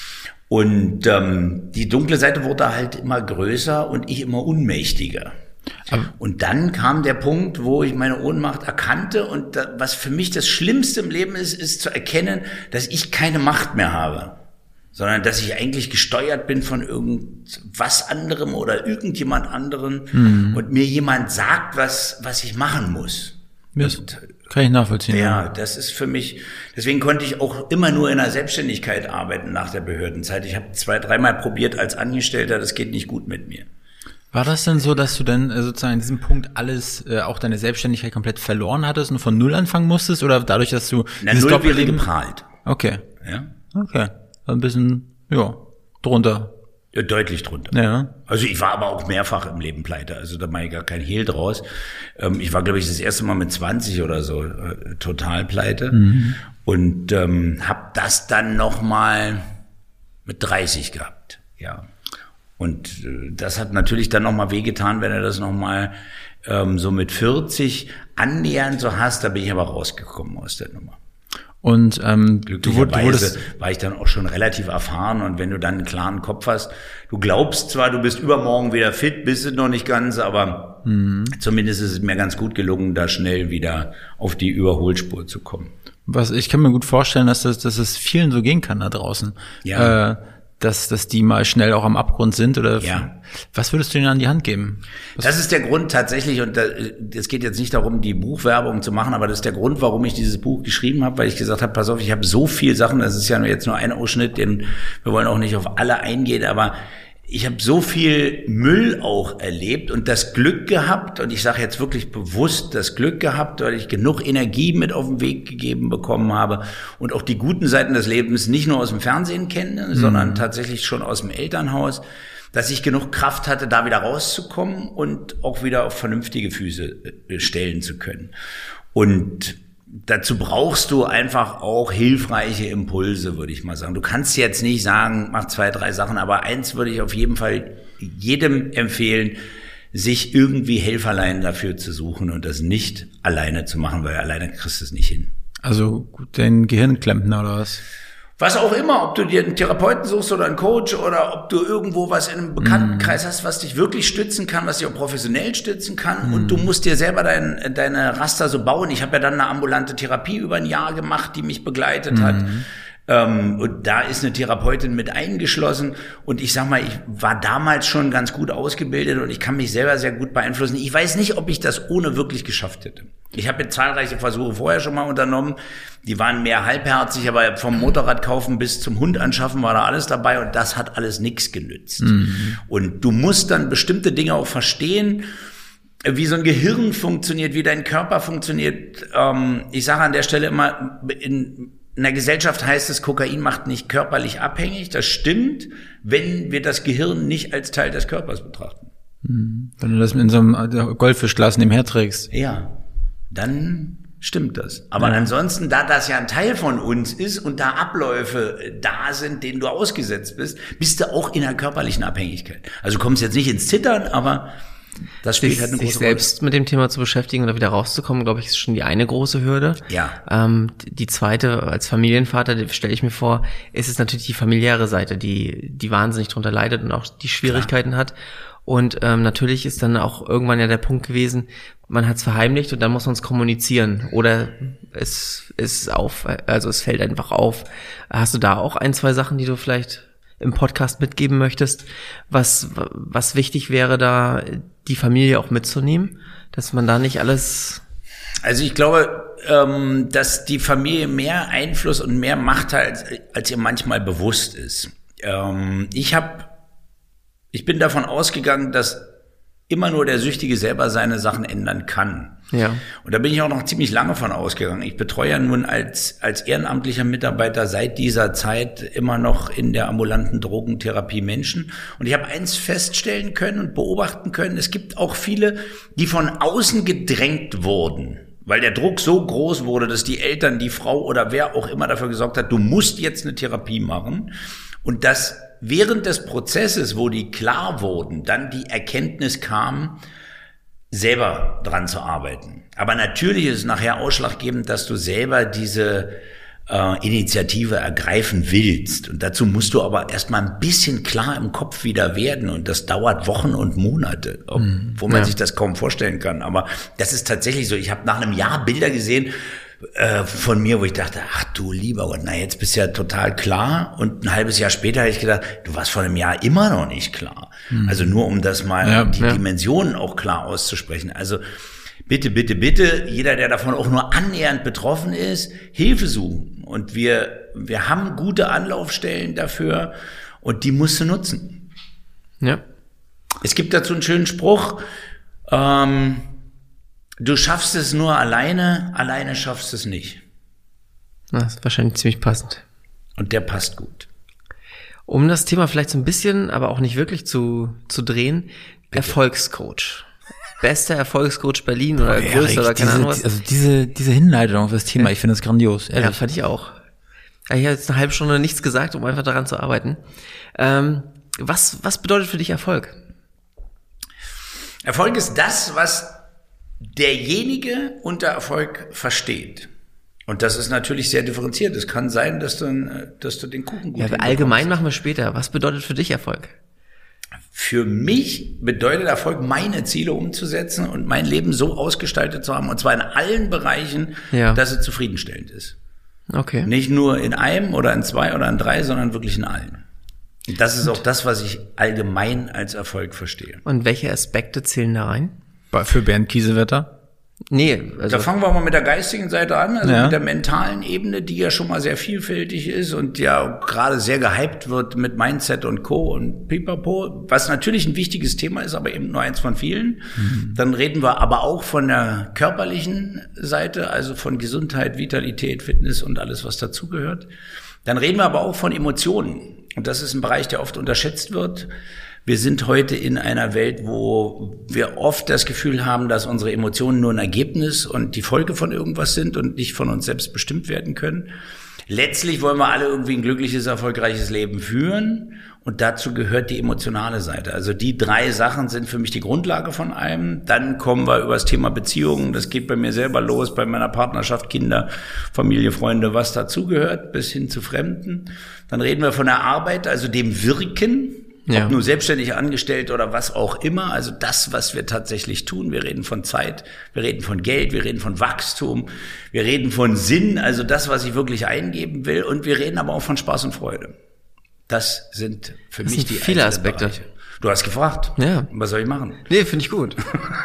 Und ähm, die dunkle Seite wurde halt immer größer und ich immer unmächtiger. Aber und dann kam der Punkt, wo ich meine Ohnmacht erkannte und da, was für mich das Schlimmste im Leben ist, ist zu erkennen, dass ich keine Macht mehr habe, sondern dass ich eigentlich gesteuert bin von irgendwas anderem oder irgendjemand anderen mhm. und mir jemand sagt, was was ich machen muss. Das kann ich nachvollziehen. Ja, das ist für mich, deswegen konnte ich auch immer nur in der Selbstständigkeit arbeiten nach der Behördenzeit. Ich habe zwei, dreimal probiert als Angestellter, das geht nicht gut mit mir. War das denn so, dass du dann äh, sozusagen an diesem Punkt alles, äh, auch deine Selbstständigkeit komplett verloren hattest und von Null anfangen musstest? Oder dadurch, dass du Na, dieses Null wäre geprahlt. Okay. Ja. Okay. Ein bisschen, ja, drunter. Ja, deutlich drunter. Ja. Also ich war aber auch mehrfach im Leben pleite. Also da mache ich gar kein Hehl draus. Ähm, ich war, glaube ich, das erste Mal mit zwanzig oder so äh, total pleite. Mhm. Und ähm, habe das dann nochmal mit dreißig gehabt. Ja. Und äh, das hat natürlich dann nochmal wehgetan, wenn du das nochmal ähm, so mit vierzig annähernd so hast. Da bin ich aber rausgekommen aus der Nummer. Und ähm, glücklicherweise war ich dann auch schon relativ erfahren. Und wenn du dann einen klaren Kopf hast, du glaubst zwar, du bist übermorgen wieder fit, bist du noch nicht ganz, aber mhm. zumindest ist es mir ganz gut gelungen, da schnell wieder auf die Überholspur zu kommen. Was ich kann mir gut vorstellen, dass das, dass es vielen so gehen kann da draußen. Ja. Äh, dass, dass die mal schnell auch am Abgrund sind oder Ja. Was würdest du ihnen an die Hand geben? Was Das ist der Grund tatsächlich, und es geht jetzt nicht darum, die Buchwerbung zu machen, aber das ist der Grund, warum ich dieses Buch geschrieben habe, weil ich gesagt habe, pass auf, ich habe so viel Sachen, das ist ja nur jetzt nur ein Ausschnitt, den wir wollen auch nicht auf alle eingehen, aber ich habe so viel Müll auch erlebt und das Glück gehabt, und ich sage jetzt wirklich bewusst das Glück gehabt, weil ich genug Energie mit auf den Weg gegeben bekommen habe und auch die guten Seiten des Lebens nicht nur aus dem Fernsehen kenne, mhm. sondern tatsächlich schon aus dem Elternhaus, dass ich genug Kraft hatte, da wieder rauszukommen und auch wieder auf vernünftige Füße stellen zu können. Und dazu brauchst du einfach auch hilfreiche Impulse, würde ich mal sagen. Du kannst jetzt nicht sagen, mach zwei, drei Sachen, aber eins würde ich auf jeden Fall jedem empfehlen, sich irgendwie Helferlein dafür zu suchen und das nicht alleine zu machen, weil alleine kriegst du es nicht hin. Also den Gehirnklempner oder was? Was auch immer, ob du dir einen Therapeuten suchst oder einen Coach oder ob du irgendwo was in einem Bekanntenkreis hast, was dich wirklich stützen kann, was dich auch professionell stützen kann. Mhm. Und du musst dir selber dein, deine Raster so bauen. Ich habe ja dann eine ambulante Therapie über ein Jahr gemacht, die mich begleitet mhm. hat. Ähm, und da ist eine Therapeutin mit eingeschlossen. Und ich sag mal, ich war damals schon ganz gut ausgebildet und ich kann mich selber sehr gut beeinflussen. Ich weiß nicht, ob ich das ohne wirklich geschafft hätte. Ich habe jetzt zahlreiche Versuche vorher schon mal unternommen. Die waren mehr halbherzig, aber vom Motorrad kaufen bis zum Hund anschaffen war da alles dabei und das hat alles nichts genützt. Mhm. Und du musst dann bestimmte Dinge auch verstehen, wie so ein Gehirn funktioniert, wie dein Körper funktioniert. Ähm, ich sage an der Stelle immer, in In der Gesellschaft heißt es, Kokain macht nicht körperlich abhängig. Das stimmt, wenn wir das Gehirn nicht als Teil des Körpers betrachten. Wenn du das in so einem Goldfischglas nebenher trägst. Ja, dann stimmt das. Aber ja. ansonsten, da das ja ein Teil von uns ist und da Abläufe da sind, denen du ausgesetzt bist, bist du auch in einer körperlichen Abhängigkeit. Also du kommst jetzt nicht ins Zittern, aber das spielt sich, halt eine große sich selbst Rolle. mit dem Thema zu beschäftigen oder wieder rauszukommen, glaube ich, ist schon die eine große Hürde. Ja. Ähm, die zweite, als Familienvater, stelle ich mir vor, ist es natürlich die familiäre Seite, die die wahnsinnig drunter leidet und auch die Schwierigkeiten Klar. hat. Und ähm, natürlich ist dann auch irgendwann ja der Punkt gewesen, man hat es verheimlicht und dann muss man es kommunizieren oder es ist auf, also es fällt einfach auf. Hast du da auch ein, zwei Sachen, die du vielleicht im Podcast mitgeben möchtest, was was wichtig wäre, da die Familie auch mitzunehmen, dass man da nicht alles... Also ich glaube, ähm, dass die Familie mehr Einfluss und mehr Macht hat, als, als ihr manchmal bewusst ist. Ähm, ich habe, ich bin davon ausgegangen, dass immer nur der Süchtige selber seine Sachen ändern kann. Ja. Und da bin ich auch noch ziemlich lange von ausgegangen. Ich betreue ja nun als als ehrenamtlicher Mitarbeiter seit dieser Zeit immer noch in der ambulanten Drogentherapie Menschen. Und ich habe eins feststellen können und beobachten können, es gibt auch viele, die von außen gedrängt wurden, weil der Druck so groß wurde, dass die Eltern, die Frau oder wer auch immer dafür gesorgt hat, du musst jetzt eine Therapie machen. Und dass während des Prozesses, wo die klar wurden, dann die Erkenntnis kam, selber dran zu arbeiten. Aber natürlich ist es nachher ausschlaggebend, dass du selber diese äh, Initiative ergreifen willst. Und dazu musst du aber erstmal ein bisschen klar im Kopf wieder werden. Und das dauert Wochen und Monate, ob, mhm, wo man ja. sich das kaum vorstellen kann. Aber das ist tatsächlich so. Ich habe nach einem Jahr Bilder gesehen äh, von mir, wo ich dachte, ach du lieber Gott, na jetzt bist du ja total klar. Und ein halbes Jahr später habe ich gedacht, du warst vor einem Jahr immer noch nicht klar. Mhm. Also nur um das mal, ja, die ja. Dimensionen auch klar auszusprechen. Also bitte, bitte, bitte, jeder, der davon auch nur annähernd betroffen ist, Hilfe suchen. Und wir, wir haben gute Anlaufstellen dafür und die musst du nutzen. Ja. Es gibt dazu einen schönen Spruch, ähm, du schaffst es nur alleine, alleine schaffst du es nicht. Das ist wahrscheinlich ziemlich passend. Und der passt gut. Um das Thema vielleicht so ein bisschen, aber auch nicht wirklich zu, zu drehen, bitte. Erfolgscoach. Bester Erfolgscoach Berlin oder oh, größter oder keine Ahnung was. Also diese, diese Hinleitung auf das Thema, ja. ich finde das grandios. Ehrlich. Ja, fand ich auch. Ich habe jetzt eine halbe Stunde nichts gesagt, um einfach daran zu arbeiten. Ähm, was, was bedeutet für dich Erfolg? Erfolg ist das, was derjenige unter Erfolg versteht. Und das ist natürlich sehr differenziert. Es kann sein, dass du, dass du den Kuchen gut Ja, allgemein machen wir später. Was bedeutet für dich Erfolg? Für mich bedeutet Erfolg, meine Ziele umzusetzen und mein Leben so ausgestaltet zu haben, und zwar in allen Bereichen, ja. dass es zufriedenstellend ist. Okay. Nicht nur in einem oder in zwei oder in drei, sondern wirklich in allen. Und das ist auch das, was ich allgemein als Erfolg verstehe. Und welche Aspekte zählen da rein? Für Bernd Kiesewetter? Nee, also. Da fangen wir mal mit der geistigen Seite an, also Ja. mit der mentalen Ebene, die ja schon mal sehr vielfältig ist und ja gerade sehr gehypt wird mit Mindset und Co. und Pipapo, was natürlich ein wichtiges Thema ist, aber eben nur eins von vielen. Mhm. Dann reden wir aber auch von der körperlichen Seite, also von Gesundheit, Vitalität, Fitness und alles, was dazugehört. Dann reden wir aber auch von Emotionen. Und das ist ein Bereich, der oft unterschätzt wird. Wir sind heute in einer Welt, wo wir oft das Gefühl haben, dass unsere Emotionen nur ein Ergebnis und die Folge von irgendwas sind und nicht von uns selbst bestimmt werden können. Letztlich wollen wir alle irgendwie ein glückliches, erfolgreiches Leben führen und dazu gehört die emotionale Seite. Also die drei Sachen sind für mich die Grundlage von allem. Dann kommen wir über das Thema Beziehungen. Das geht bei mir selber los, bei meiner Partnerschaft, Kinder, Familie, Freunde, was dazugehört, bis hin zu Fremden. Dann reden wir von der Arbeit, also dem Wirken. Ja. Ob nur selbstständig angestellt oder was auch immer, also das, was wir tatsächlich tun. Wir reden von Zeit, wir reden von Geld, wir reden von Wachstum, wir reden von Sinn, also das, was ich wirklich eingeben will, und wir reden aber auch von Spaß und Freude. Das sind für Das mich sind die viele einzelnen Aspekte. Bereiche. Du hast gefragt. Ja. Was soll ich machen? Nee, finde ich gut.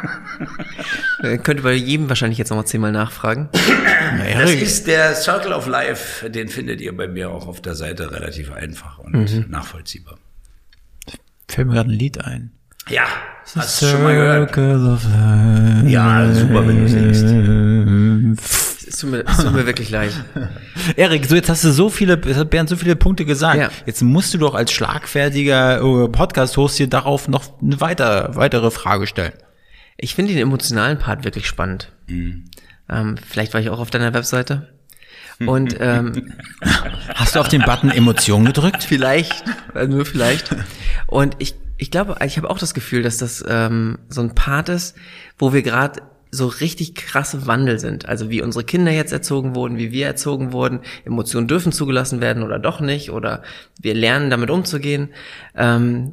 äh, könnte bei jedem wahrscheinlich jetzt nochmal zehnmal nachfragen. Das ist der Circle of Life, den findet ihr bei mir auch auf der Seite relativ einfach und mhm. nachvollziehbar. Fällt mir gerade ein Lied ein. Ja, hast du schon mal gehört? Ja, super, wenn du singst. Es tut mir, es tut mir wirklich leid. Erik, so jetzt hast du so viele, jetzt hat Bernd so viele Punkte gesagt. Ja. Jetzt musst du doch als schlagfertiger Podcast-Host hier darauf noch eine weiter, weitere Frage stellen. Ich finde den emotionalen Part wirklich spannend. Mhm. Ähm, vielleicht war ich auch auf deiner Webseite. Und ähm, Hast du auf den Button Emotionen gedrückt? vielleicht, also nur vielleicht. Und ich, ich glaube, ich habe auch das Gefühl, dass das ähm, so ein Part ist, wo wir gerade so richtig krasse Wandel sind. Also wie unsere Kinder jetzt erzogen wurden, wie wir erzogen wurden. Emotionen dürfen zugelassen werden oder doch nicht. Oder wir lernen, damit umzugehen. Ähm,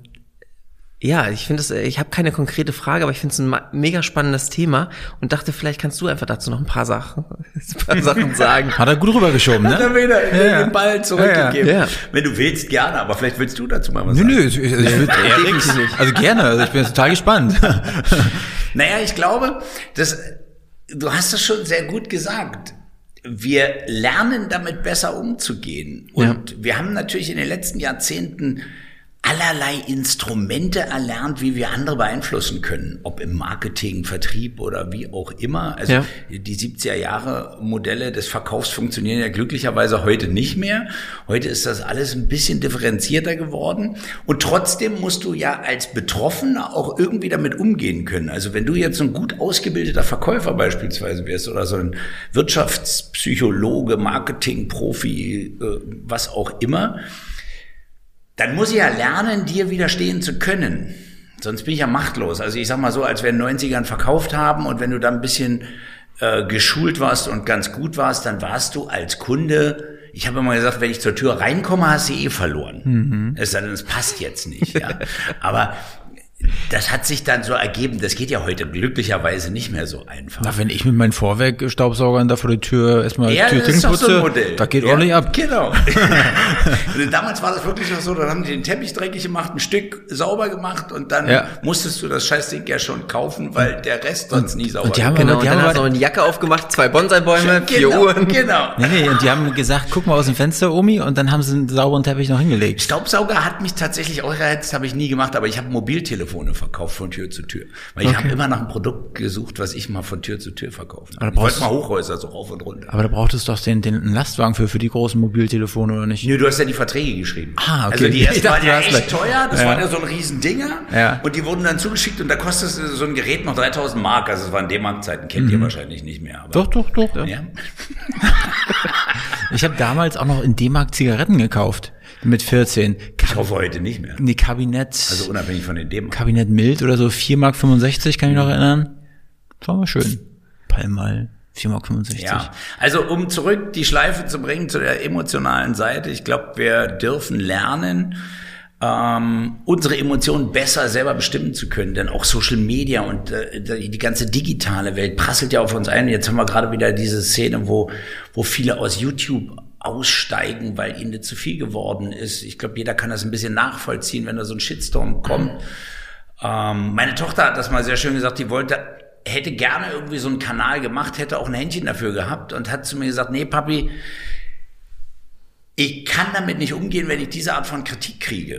ja, ich finde es, ich habe keine konkrete Frage, aber ich finde es ein mega spannendes Thema und dachte, vielleicht kannst du einfach dazu noch ein paar Sachen, ein paar Sachen sagen. Hat er gut rübergeschoben, Hat er ne? wieder Ja. den Ball zurückgegeben. Ja, ja. Wenn du willst, gerne, aber vielleicht willst du dazu mal was Nö, sagen. nö, ich, ich, ich will, Erik, also gerne, also ich bin jetzt total gespannt. Naja, ich glaube, das, du hast es schon sehr gut gesagt. Wir lernen damit besser umzugehen. Und ja. wir haben natürlich in den letzten Jahrzehnten allerlei Instrumente erlernt, wie wir andere beeinflussen können, ob im Marketing, Vertrieb oder wie auch immer. Also ja. die siebziger Jahre Modelle des Verkaufs funktionieren ja glücklicherweise heute nicht mehr. Heute ist das alles ein bisschen differenzierter geworden und trotzdem musst du ja als Betroffener auch irgendwie damit umgehen können. Also wenn du jetzt so ein gut ausgebildeter Verkäufer beispielsweise wärst oder so ein Wirtschaftspsychologe, Marketingprofi, was auch immer, dann muss ich ja lernen, dir widerstehen zu können. Sonst bin ich ja machtlos. Also ich sag mal so, als wir in den neunzigern verkauft haben und wenn du da ein bisschen äh, geschult warst und ganz gut warst, dann warst du als Kunde, ich habe immer gesagt, wenn ich zur Tür reinkomme, hast du eh verloren. Mhm. Es sei denn, es passt jetzt nicht. Ja. Aber das hat sich dann so ergeben, das geht ja heute glücklicherweise nicht mehr so einfach. Na, wenn ich mit meinen Vorwerkstaubsaugern da vor der Tür erstmal ja, die Tür das ist doch so ein putze, Modell. da geht ja, ordentlich ab. Genau. Damals war das wirklich noch so, dann haben die den Teppich dreckig gemacht, ein Stück sauber gemacht und dann ja. musstest du das Scheißding ja schon kaufen, weil der Rest sonst nie sauber und die haben war. Genau, aber, die und dann haben hast du noch eine Jacke aufgemacht, zwei Bonsai-Bäume, vier genau, Uhren. Genau. Nee, nee, und die haben gesagt, guck mal aus dem Fenster, Omi, und dann haben sie einen sauberen Teppich noch hingelegt. Staubsauger hat mich tatsächlich auch gereizt, habe ich nie gemacht, aber ich habe Mobiltelefone verkauft von Tür zu Tür. Weil ich Okay. habe immer nach einem Produkt gesucht, was ich mal von Tür zu Tür verkaufen Aber kann. da Ich wollte brauchst- mal Hochhäuser so rauf und runter. Aber da brauchtest du doch den, den einen Lastwagen für, für die großen Mobiltelefone, oder nicht? Nö, du hast ja die Verträge geschrieben. Ah, okay. Also die Ich ersten dachte, waren ja du hast echt gleich- teuer, das Ja. waren ja so ein riesen Dinger. Ja. Und die wurden dann zugeschickt und da kostete so ein Gerät noch dreitausend Mark, also das waren D-Mark-Zeiten, kennt ihr wahrscheinlich nicht mehr. Aber Doch, doch, doch. Ja. Ich habe damals auch noch in D-Mark Zigaretten gekauft. Mit vierzehn. Ich hoffe heute nicht mehr. Nee, Kabinett. Also unabhängig von den D-Mark. Kabinett Mild oder so, vier Mark fünfundsechzig, kann ich noch erinnern. Das war mal schön. Palmal, vier Mark fünfundsechzig. Ja, also um zurück die Schleife zu bringen zu der emotionalen Seite, ich glaube, wir dürfen lernen, ähm, unsere Emotionen besser selber bestimmen zu können. Denn auch Social Media und äh, die ganze digitale Welt prasselt ja auf uns ein. Jetzt haben wir gerade wieder diese Szene, wo, wo viele aus YouTube aussteigen, weil ihnen das zu viel geworden ist. Ich glaube, jeder kann das ein bisschen nachvollziehen, wenn da so ein Shitstorm kommt. Ähm, meine Tochter hat das mal sehr schön gesagt, die wollte, hätte gerne irgendwie so einen Kanal gemacht, hätte auch ein Händchen dafür gehabt und hat zu mir gesagt, nee, Papi, ich kann damit nicht umgehen, wenn ich diese Art von Kritik kriege,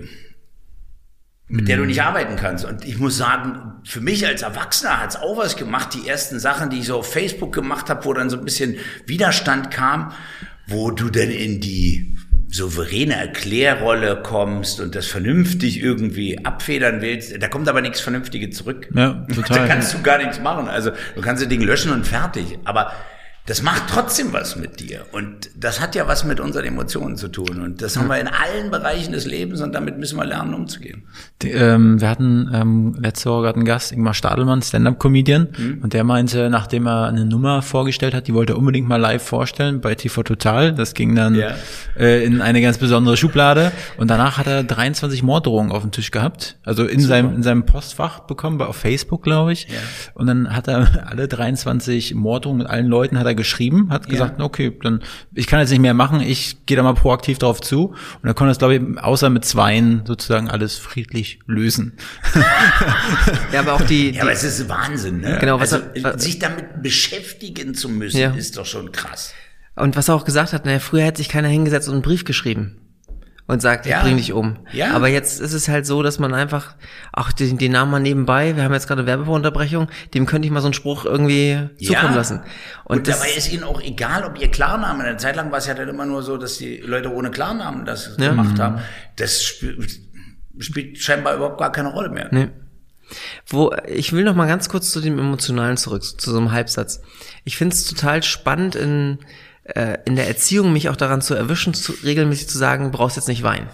mit der du nicht arbeiten kannst. Und ich muss sagen, für mich als Erwachsener hat es auch was gemacht. Die ersten Sachen, die ich so auf Facebook gemacht habe, wo dann so ein bisschen Widerstand kam, wo du denn in die souveräne Erklärrolle kommst und das vernünftig irgendwie abfedern willst, da kommt aber nichts Vernünftiges zurück. Ja, total. Da kannst du gar nichts machen. Also du kannst das Ding löschen und fertig. Aber das macht trotzdem was mit dir. Und das hat ja was mit unseren Emotionen zu tun. Und das haben wir in allen Bereichen des Lebens und damit müssen wir lernen, umzugehen. Die, ähm, wir hatten ähm, letzte Woche einen Gast, Ingmar Stadelmann, Stand-Up-Comedian. Mhm. Und der meinte, nachdem er eine Nummer vorgestellt hat, die wollte er unbedingt mal live vorstellen bei T V Total. Das ging dann ja. äh, in eine ganz besondere Schublade. Und danach hat er dreiundzwanzig Morddrohungen auf dem Tisch gehabt. Also in Super. seinem in seinem Postfach bekommen, auf Facebook, glaube ich. Ja. Und dann hat er alle dreiundzwanzig Morddrohungen mit allen Leuten hat er geschrieben, hat gesagt, ja. okay, dann ich kann jetzt nicht mehr machen, ich gehe da mal proaktiv drauf zu. Und er konnte das, glaube ich, außer mit Zweien sozusagen alles friedlich lösen. Ja, aber auch die, die ja, aber es ist Wahnsinn, ne? Genau, was also, er, sich damit beschäftigen zu müssen, ja. ist doch schon krass. Und was er auch gesagt hat, naja, früher hätte sich keiner hingesetzt und einen Brief geschrieben und sagt, ich ja. bring dich um. Ja. Aber jetzt ist es halt so, dass man einfach, ach, den, den Namen mal nebenbei, wir haben jetzt gerade Werbeunterbrechung, dem könnte ich mal so einen Spruch irgendwie zukommen ja. lassen. Und, und dabei ist ihnen auch egal, ob ihr Klarnamen, eine Zeit lang war es ja dann immer nur so, dass die Leute ohne Klarnamen das ja. gemacht haben. Das spielt, spielt scheinbar überhaupt gar keine Rolle mehr. Nee. Wo, ich will noch mal ganz kurz zu dem Emotionalen zurück, zu so einem Halbsatz. Ich finde es total spannend in, in der Erziehung mich auch daran zu erwischen, zu, regelmäßig zu sagen, du brauchst jetzt nicht weinen.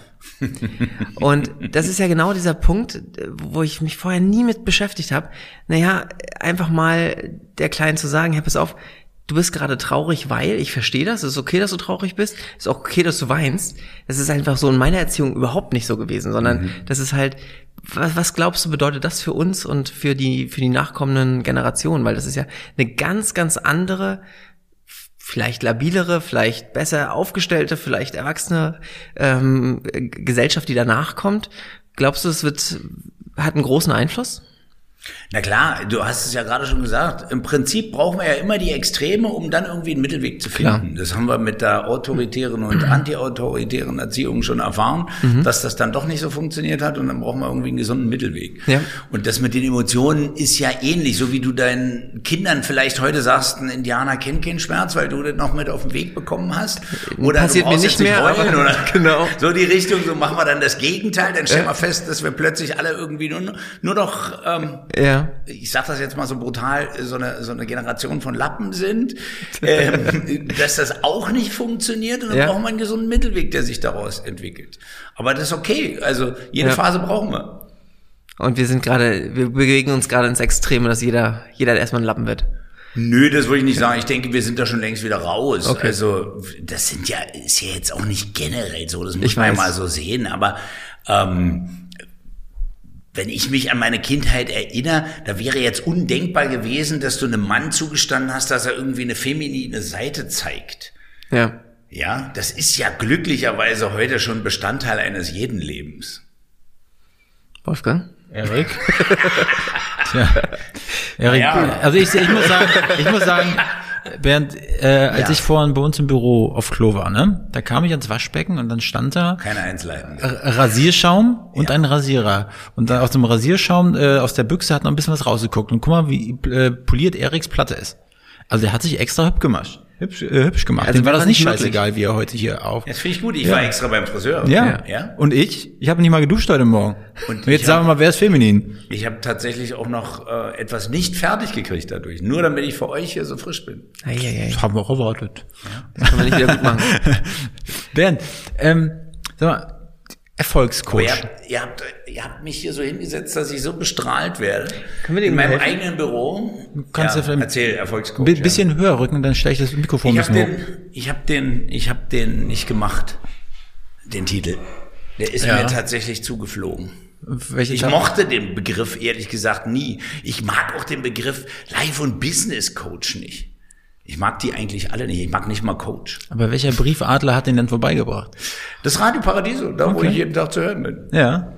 Und das ist ja genau dieser Punkt, wo ich mich vorher nie mit beschäftigt habe. Naja, einfach mal der Kleinen zu sagen, hey, pass auf, du bist gerade traurig, weil, ich verstehe das, es ist okay, dass du traurig bist, es ist auch okay, dass du weinst. Das ist einfach so in meiner Erziehung überhaupt nicht so gewesen, sondern mhm. das ist halt, was, was glaubst du, bedeutet das für uns und für die, für die nachkommenden Generationen? Weil das ist ja eine ganz, ganz andere, vielleicht labilere, vielleicht besser aufgestellte, vielleicht erwachsene ähm, Gesellschaft, die danach kommt. Glaubst du, es wird hat einen großen Einfluss? Na klar, du hast es ja gerade schon gesagt. Im Prinzip brauchen wir ja immer die Extreme, um dann irgendwie einen Mittelweg zu finden. Klar. Das haben wir mit der autoritären und antiautoritären Erziehung schon erfahren, mhm. dass das dann doch nicht so funktioniert hat und dann brauchen wir irgendwie einen gesunden Mittelweg. Ja. Und das mit den Emotionen ist ja ähnlich, so wie du deinen Kindern vielleicht heute sagst, ein Indianer kennt keinen Schmerz, weil du das noch mit auf den Weg bekommen hast. Oder passiert du brauchst mir nicht jetzt mehr, nicht heulen, oder genau. So die Richtung, so machen wir dann das Gegenteil, dann stellen wir fest, dass wir plötzlich alle irgendwie nur, nur noch ähm, ja. ich sag das jetzt mal so brutal, so eine, so eine Generation von Lappen sind, ähm, dass das auch nicht funktioniert und dann ja. brauchen wir einen gesunden Mittelweg, der sich daraus entwickelt. Aber das ist okay, also jede ja. Phase brauchen wir. Und wir sind gerade, wir bewegen uns gerade ins Extreme, dass jeder, jeder erstmal ein Lappen wird. Nö, das würde ich nicht sagen. Ich denke, wir sind da schon längst wieder raus. Okay. Also das sind ja, ist ja jetzt auch nicht generell so, das muss ich man ja mal so sehen, aber ähm, wenn ich mich an meine Kindheit erinnere, da wäre jetzt undenkbar gewesen, dass du einem Mann zugestanden hast, dass er irgendwie eine feminine Seite zeigt. Ja. Ja, das ist ja glücklicherweise heute schon Bestandteil eines jeden Lebens. Wolfgang? Erik? Tja. Erik, ja. Also ich, ich muss sagen, ich muss sagen, Bernd, äh, als ja. ich vorhin bei uns im Büro auf Klo war, ne, da kam ich ans Waschbecken und dann stand da keine Einzelheiten. Rasierschaum und ja. ein Rasierer. Und dann aus dem Rasierschaum, äh, aus der Büchse hat noch ein bisschen was rausgeguckt. Und guck mal, wie äh, poliert Eriks Platte ist. Also der hat sich extra hübsch gemacht. Hübsch, äh, hübsch gemacht. Also dem war das nicht scheißegal, wie er heute hier auf. Das finde ich gut. Ich ja. war extra beim Friseur. Ja. ja. Und ich? Ich habe nicht mal geduscht heute Morgen. Und, und jetzt sagen wir mal, wer ist feminin? Ich habe tatsächlich auch noch äh, etwas nicht fertig gekriegt dadurch. Nur damit ich für euch hier so frisch bin. Ei, ei, ei. Das haben wir auch erwartet. Ja. Das können wir nicht wieder gut machen. Bernd, ähm, sag mal, Erfolgscoach. Aber ihr habt, ihr, habt, ihr habt mich hier so hingesetzt, dass ich so bestrahlt werde. Können wir dir in meinem helfen? eigenen Büro. Kannst ja, du erzähl, Erfolgscoach. Ein bisschen ja. höher rücken, dann stelle ich das Mikrofon ich ein bisschen den, hoch. Ich habe den, ich habe den nicht gemacht, den Titel. Der ist Ja. mir tatsächlich zugeflogen. Welche Ich Tag- mochte den Begriff ehrlich gesagt nie. Ich mag auch den Begriff Life- und Business-Coach nicht. Ich mag die eigentlich alle nicht. Ich mag nicht mal Coach. Aber welcher Briefadler hat den denn vorbeigebracht? Das Radio Paradiso, da wo Okay. ich jeden Tag zu hören bin. Ja.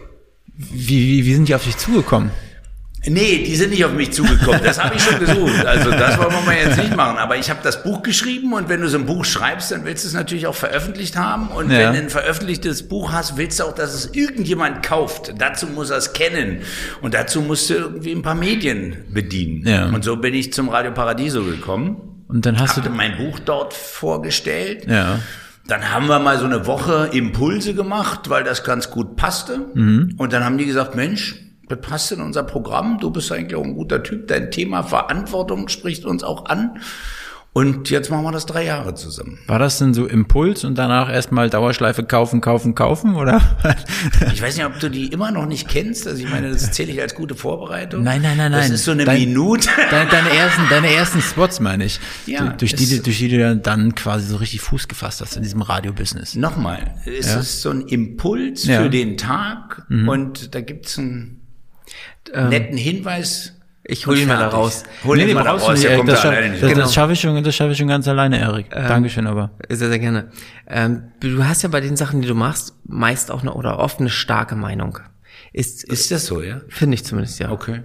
Wie, wie, wie sind die auf dich zugekommen? Nee, die sind nicht auf mich zugekommen. Das habe ich schon gesucht. Also das wollen wir mal jetzt nicht machen. Aber ich habe das Buch geschrieben und wenn du so ein Buch schreibst, dann willst du es natürlich auch veröffentlicht haben. Und Ja. wenn du ein veröffentlichtes Buch hast, willst du auch, dass es irgendjemand kauft. Dazu muss er es kennen. Und dazu musst du irgendwie ein paar Medien bedienen. Ja. Und so bin ich zum Radio Paradiso gekommen. Und dann hast Habe du... mein Buch dort vorgestellt. Ja. Dann haben wir mal so eine Woche Impulse gemacht, weil das ganz gut passte. Mhm. Und dann haben die gesagt, Mensch, das passt in unser Programm, du bist eigentlich auch ein guter Typ, dein Thema Verantwortung spricht uns auch an. Und jetzt machen wir das drei Jahre zusammen. War das denn so Impuls und danach erstmal Dauerschleife kaufen, kaufen, kaufen, oder? Ich weiß nicht, ob du die immer noch nicht kennst. Also ich meine, das zähle ich als gute Vorbereitung. Nein, nein, nein, nein. Das ist so eine Dein- Minute. Deine, deine ersten, deine ersten Spots, meine ich. Ja, Du- durch die, es- durch die du dann- dann quasi so richtig Fuß gefasst hast in diesem Radio-Business. Nochmal, es Ja. ist so ein Impuls Ja. für den Tag und da gibt's einen netten Hinweis. Ich hol ihn mal da Fertig. raus. Hol ihn den mal da brauchst du raus, nicht, der Erik. kommt Das, da scha- alleine nicht das, raus. das schaffe ich schon, das schaffe ich schon ganz alleine, Erik. Dankeschön, aber. Sehr, sehr gerne. Ähm, du hast ja bei den Sachen, die du machst, meist auch eine oder oft eine starke Meinung. Ist, Ist das so, ja? finde ich zumindest, ja. Okay.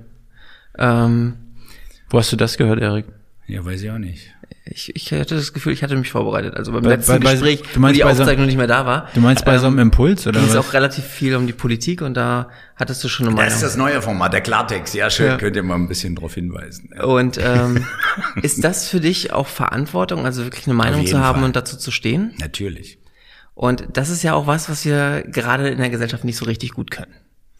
Ähm, Wo hast du das gehört, Erik? Ja, weiß ich auch nicht. ich, ich hatte das Gefühl, ich hatte mich vorbereitet. Also beim Bei- letzten bei- bei- Gespräch, du meinst wo die bei so- Aufzeichnung nicht mehr da war. Du meinst bei so einem Impuls, oder ging es was? auch relativ viel um die Politik und da hattest du schon eine Das Meinung. ist das neue Format, der Klartext. Ja, schön, Ja. könnt ihr mal ein bisschen drauf hinweisen. Und ähm, ist das für dich auch Verantwortung, also wirklich eine Meinung jeden zu haben Fall. und dazu zu stehen? Natürlich. Und das ist ja auch was, was wir gerade in der Gesellschaft nicht so richtig gut können.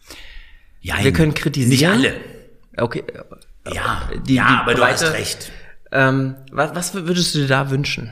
Ja, Wir können kritisieren. Nicht alle. Okay. Ja, Die- ja die aber du breite- hast recht. Ähm, was, was würdest du dir da wünschen?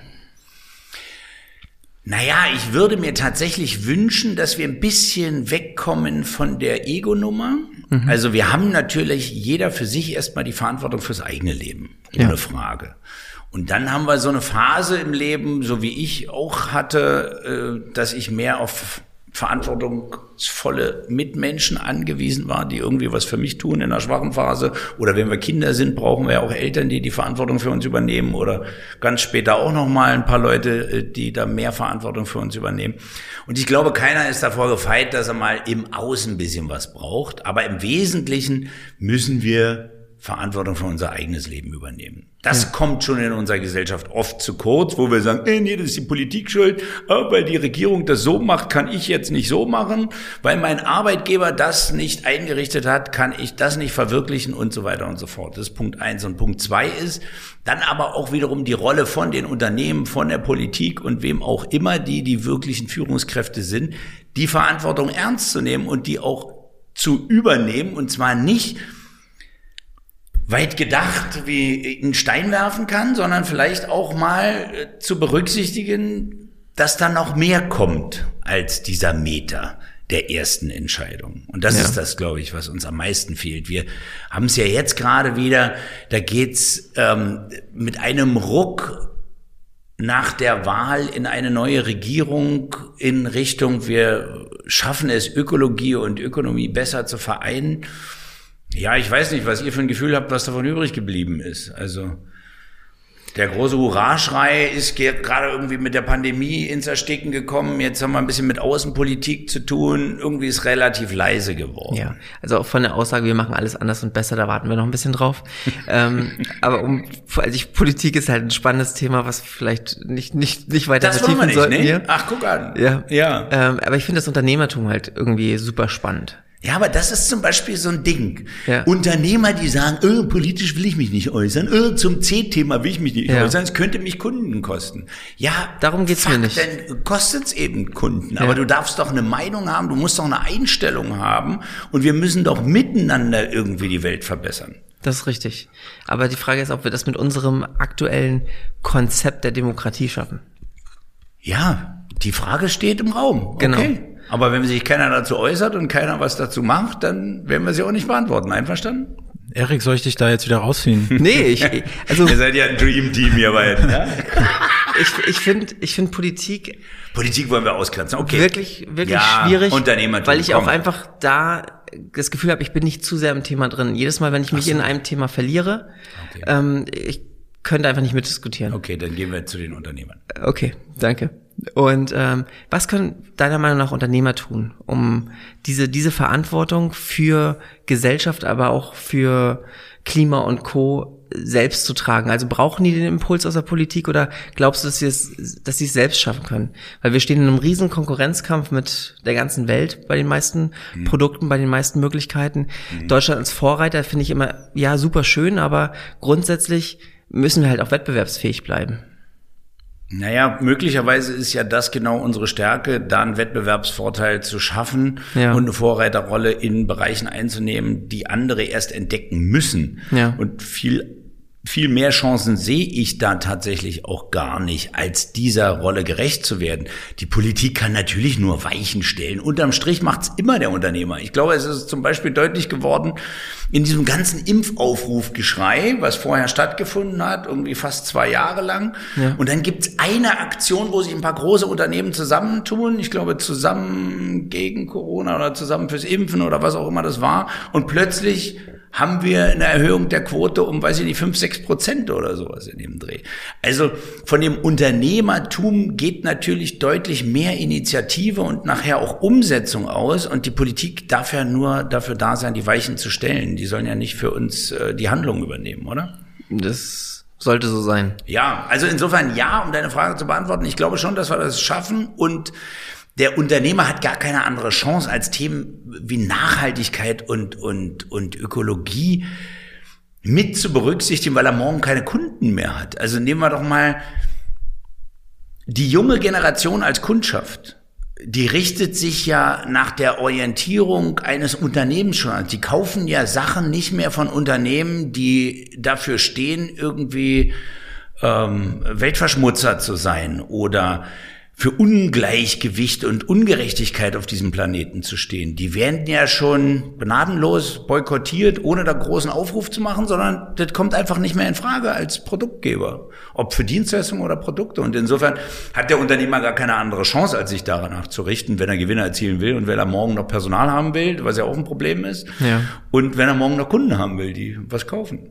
Naja, ich würde mir tatsächlich wünschen, dass wir ein bisschen wegkommen von der Ego-Nummer. Mhm. Also wir haben natürlich jeder für sich erstmal die Verantwortung fürs eigene Leben, ohne Ja. Frage. Und dann haben wir so eine Phase im Leben, so wie ich auch hatte, äh, dass ich mehr auf verantwortungsvolle Mitmenschen angewiesen war, die irgendwie was für mich tun in einer schwachen Phase. Oder wenn wir Kinder sind, brauchen wir ja auch Eltern, die die Verantwortung für uns übernehmen. Oder ganz später auch noch mal ein paar Leute, die da mehr Verantwortung für uns übernehmen. Und ich glaube, keiner ist davor gefeit, dass er mal im Außen ein bisschen was braucht. Aber im Wesentlichen müssen wir Verantwortung für unser eigenes Leben übernehmen. Das ja. kommt schon in unserer Gesellschaft oft zu kurz, wo wir sagen, ey, nee, das ist die Politik schuld, aber weil die Regierung das so macht, kann ich jetzt nicht so machen, weil mein Arbeitgeber das nicht eingerichtet hat, kann ich das nicht verwirklichen und so weiter und so fort. Das ist Punkt eins. Und Punkt zwei ist dann aber auch wiederum die Rolle von den Unternehmen, von der Politik und wem auch immer, die die wirklichen Führungskräfte sind, die Verantwortung ernst zu nehmen und die auch zu übernehmen, und zwar nicht weit gedacht, wie ein Stein werfen kann, sondern vielleicht auch mal äh, zu berücksichtigen, dass da noch mehr kommt als dieser Meter der ersten Entscheidung. Und das ja. ist das, glaube ich, was uns am meisten fehlt. Wir haben es ja jetzt gerade wieder, da geht's ähm, mit einem Ruck nach der Wahl in eine neue Regierung in Richtung, wir schaffen es, Ökologie und Ökonomie besser zu vereinen. Ja, ich weiß nicht, was ihr für ein Gefühl habt, was davon übrig geblieben ist. Also der große Hurraschrei ist gerade irgendwie mit der Pandemie ins Ersticken gekommen. Jetzt haben wir ein bisschen mit Außenpolitik zu tun. Irgendwie ist relativ leise geworden. Ja, also auch von der Aussage, wir machen alles anders und besser, da warten wir noch ein bisschen drauf. ähm, aber um, also ich, Politik ist halt ein spannendes Thema, was vielleicht nicht nicht nicht weiter das vertiefen sollten ne? wir. Ach, guck an. Ja, ja. Ähm, aber ich finde das Unternehmertum halt irgendwie super spannend. Ja, aber das ist zum Beispiel so ein Ding. Ja. Unternehmer, die sagen, oh, politisch will ich mich nicht äußern, oh, zum C-Thema will ich mich nicht ja. äußern, es könnte mich Kunden kosten. Ja, darum geht's fuck, mir nicht. Dann kostet's eben Kunden. Ja. Aber du darfst doch eine Meinung haben, du musst doch eine Einstellung haben und wir müssen doch miteinander irgendwie die Welt verbessern. Das ist richtig. Aber die Frage ist, ob wir das mit unserem aktuellen Konzept der Demokratie schaffen. Ja, die Frage steht im Raum. Genau. Okay. Aber wenn sich keiner dazu äußert und keiner was dazu macht, dann werden wir sie auch nicht beantworten. Einverstanden? Erik, soll ich dich da jetzt wieder rausziehen? Nee, ich, also. Ihr seid ja ein Dream-Team hier beiden, ja? Ich, ich finde, ich finde Politik. Politik wollen wir auskratzen, okay. Wirklich, wirklich ja, schwierig. Unternehmertum, weil ich komm. auch einfach da das Gefühl habe, ich bin nicht zu sehr im Thema drin. Jedes Mal, wenn ich mich so. in einem Thema verliere, okay. ähm, ich könnte einfach nicht mitdiskutieren. Okay, dann gehen wir zu den Unternehmern. Okay, danke. Und ähm, was können deiner Meinung nach Unternehmer tun, um diese diese Verantwortung für Gesellschaft, aber auch für Klima und Co. selbst zu tragen? Also brauchen die den Impuls aus der Politik oder glaubst du, dass sie es, dass sie es selbst schaffen können? Weil wir stehen in einem riesen Konkurrenzkampf mit der ganzen Welt bei den meisten mhm. Produkten, bei den meisten Möglichkeiten. Mhm. Deutschland als Vorreiter finde ich immer, ja, super schön, aber grundsätzlich müssen wir halt auch wettbewerbsfähig bleiben. Naja, möglicherweise ist ja das genau unsere Stärke, da einen Wettbewerbsvorteil zu schaffen ja. und eine Vorreiterrolle in Bereichen einzunehmen, die andere erst entdecken müssen. Ja. Und viel Viel mehr Chancen sehe ich da tatsächlich auch gar nicht, als dieser Rolle gerecht zu werden. Die Politik kann natürlich nur Weichen stellen. Unterm Strich macht's immer der Unternehmer. Ich glaube, es ist zum Beispiel deutlich geworden in diesem ganzen Impfaufrufgeschrei, was vorher stattgefunden hat, irgendwie fast zwei Jahre lang. Ja. Und dann gibt's eine Aktion, wo sich ein paar große Unternehmen zusammentun. Ich glaube, zusammen gegen Corona oder zusammen fürs Impfen oder was auch immer das war. Und plötzlich haben wir eine Erhöhung der Quote um, weiß ich nicht, fünf, sechs Prozent oder sowas in dem Dreh. Also von dem Unternehmertum geht natürlich deutlich mehr Initiative und nachher auch Umsetzung aus. Und die Politik darf ja nur dafür da sein, die Weichen zu stellen. Die sollen ja nicht für uns äh, die Handlung übernehmen, oder? Das sollte so sein. Ja, also insofern ja, um deine Frage zu beantworten. Ich glaube schon, dass wir das schaffen und der Unternehmer hat gar keine andere Chance, als Themen wie Nachhaltigkeit und, und, und Ökologie mit zu berücksichtigen, weil er morgen keine Kunden mehr hat. Also nehmen wir doch mal die junge Generation als Kundschaft. Die richtet sich ja nach der Orientierung eines Unternehmens schon an. Die kaufen ja Sachen nicht mehr von Unternehmen, die dafür stehen, irgendwie ähm, Weltverschmutzer zu sein oder für Ungleichgewicht und Ungerechtigkeit auf diesem Planeten zu stehen. Die werden ja schon gnadenlos boykottiert, ohne da großen Aufruf zu machen, sondern das kommt einfach nicht mehr in Frage als Produktgeber, ob für Dienstleistungen oder Produkte. Und insofern hat der Unternehmer gar keine andere Chance, als sich danach zu richten, wenn er Gewinne erzielen will und wenn er morgen noch Personal haben will, was ja auch ein Problem ist, ja. und wenn er morgen noch Kunden haben will, die was kaufen.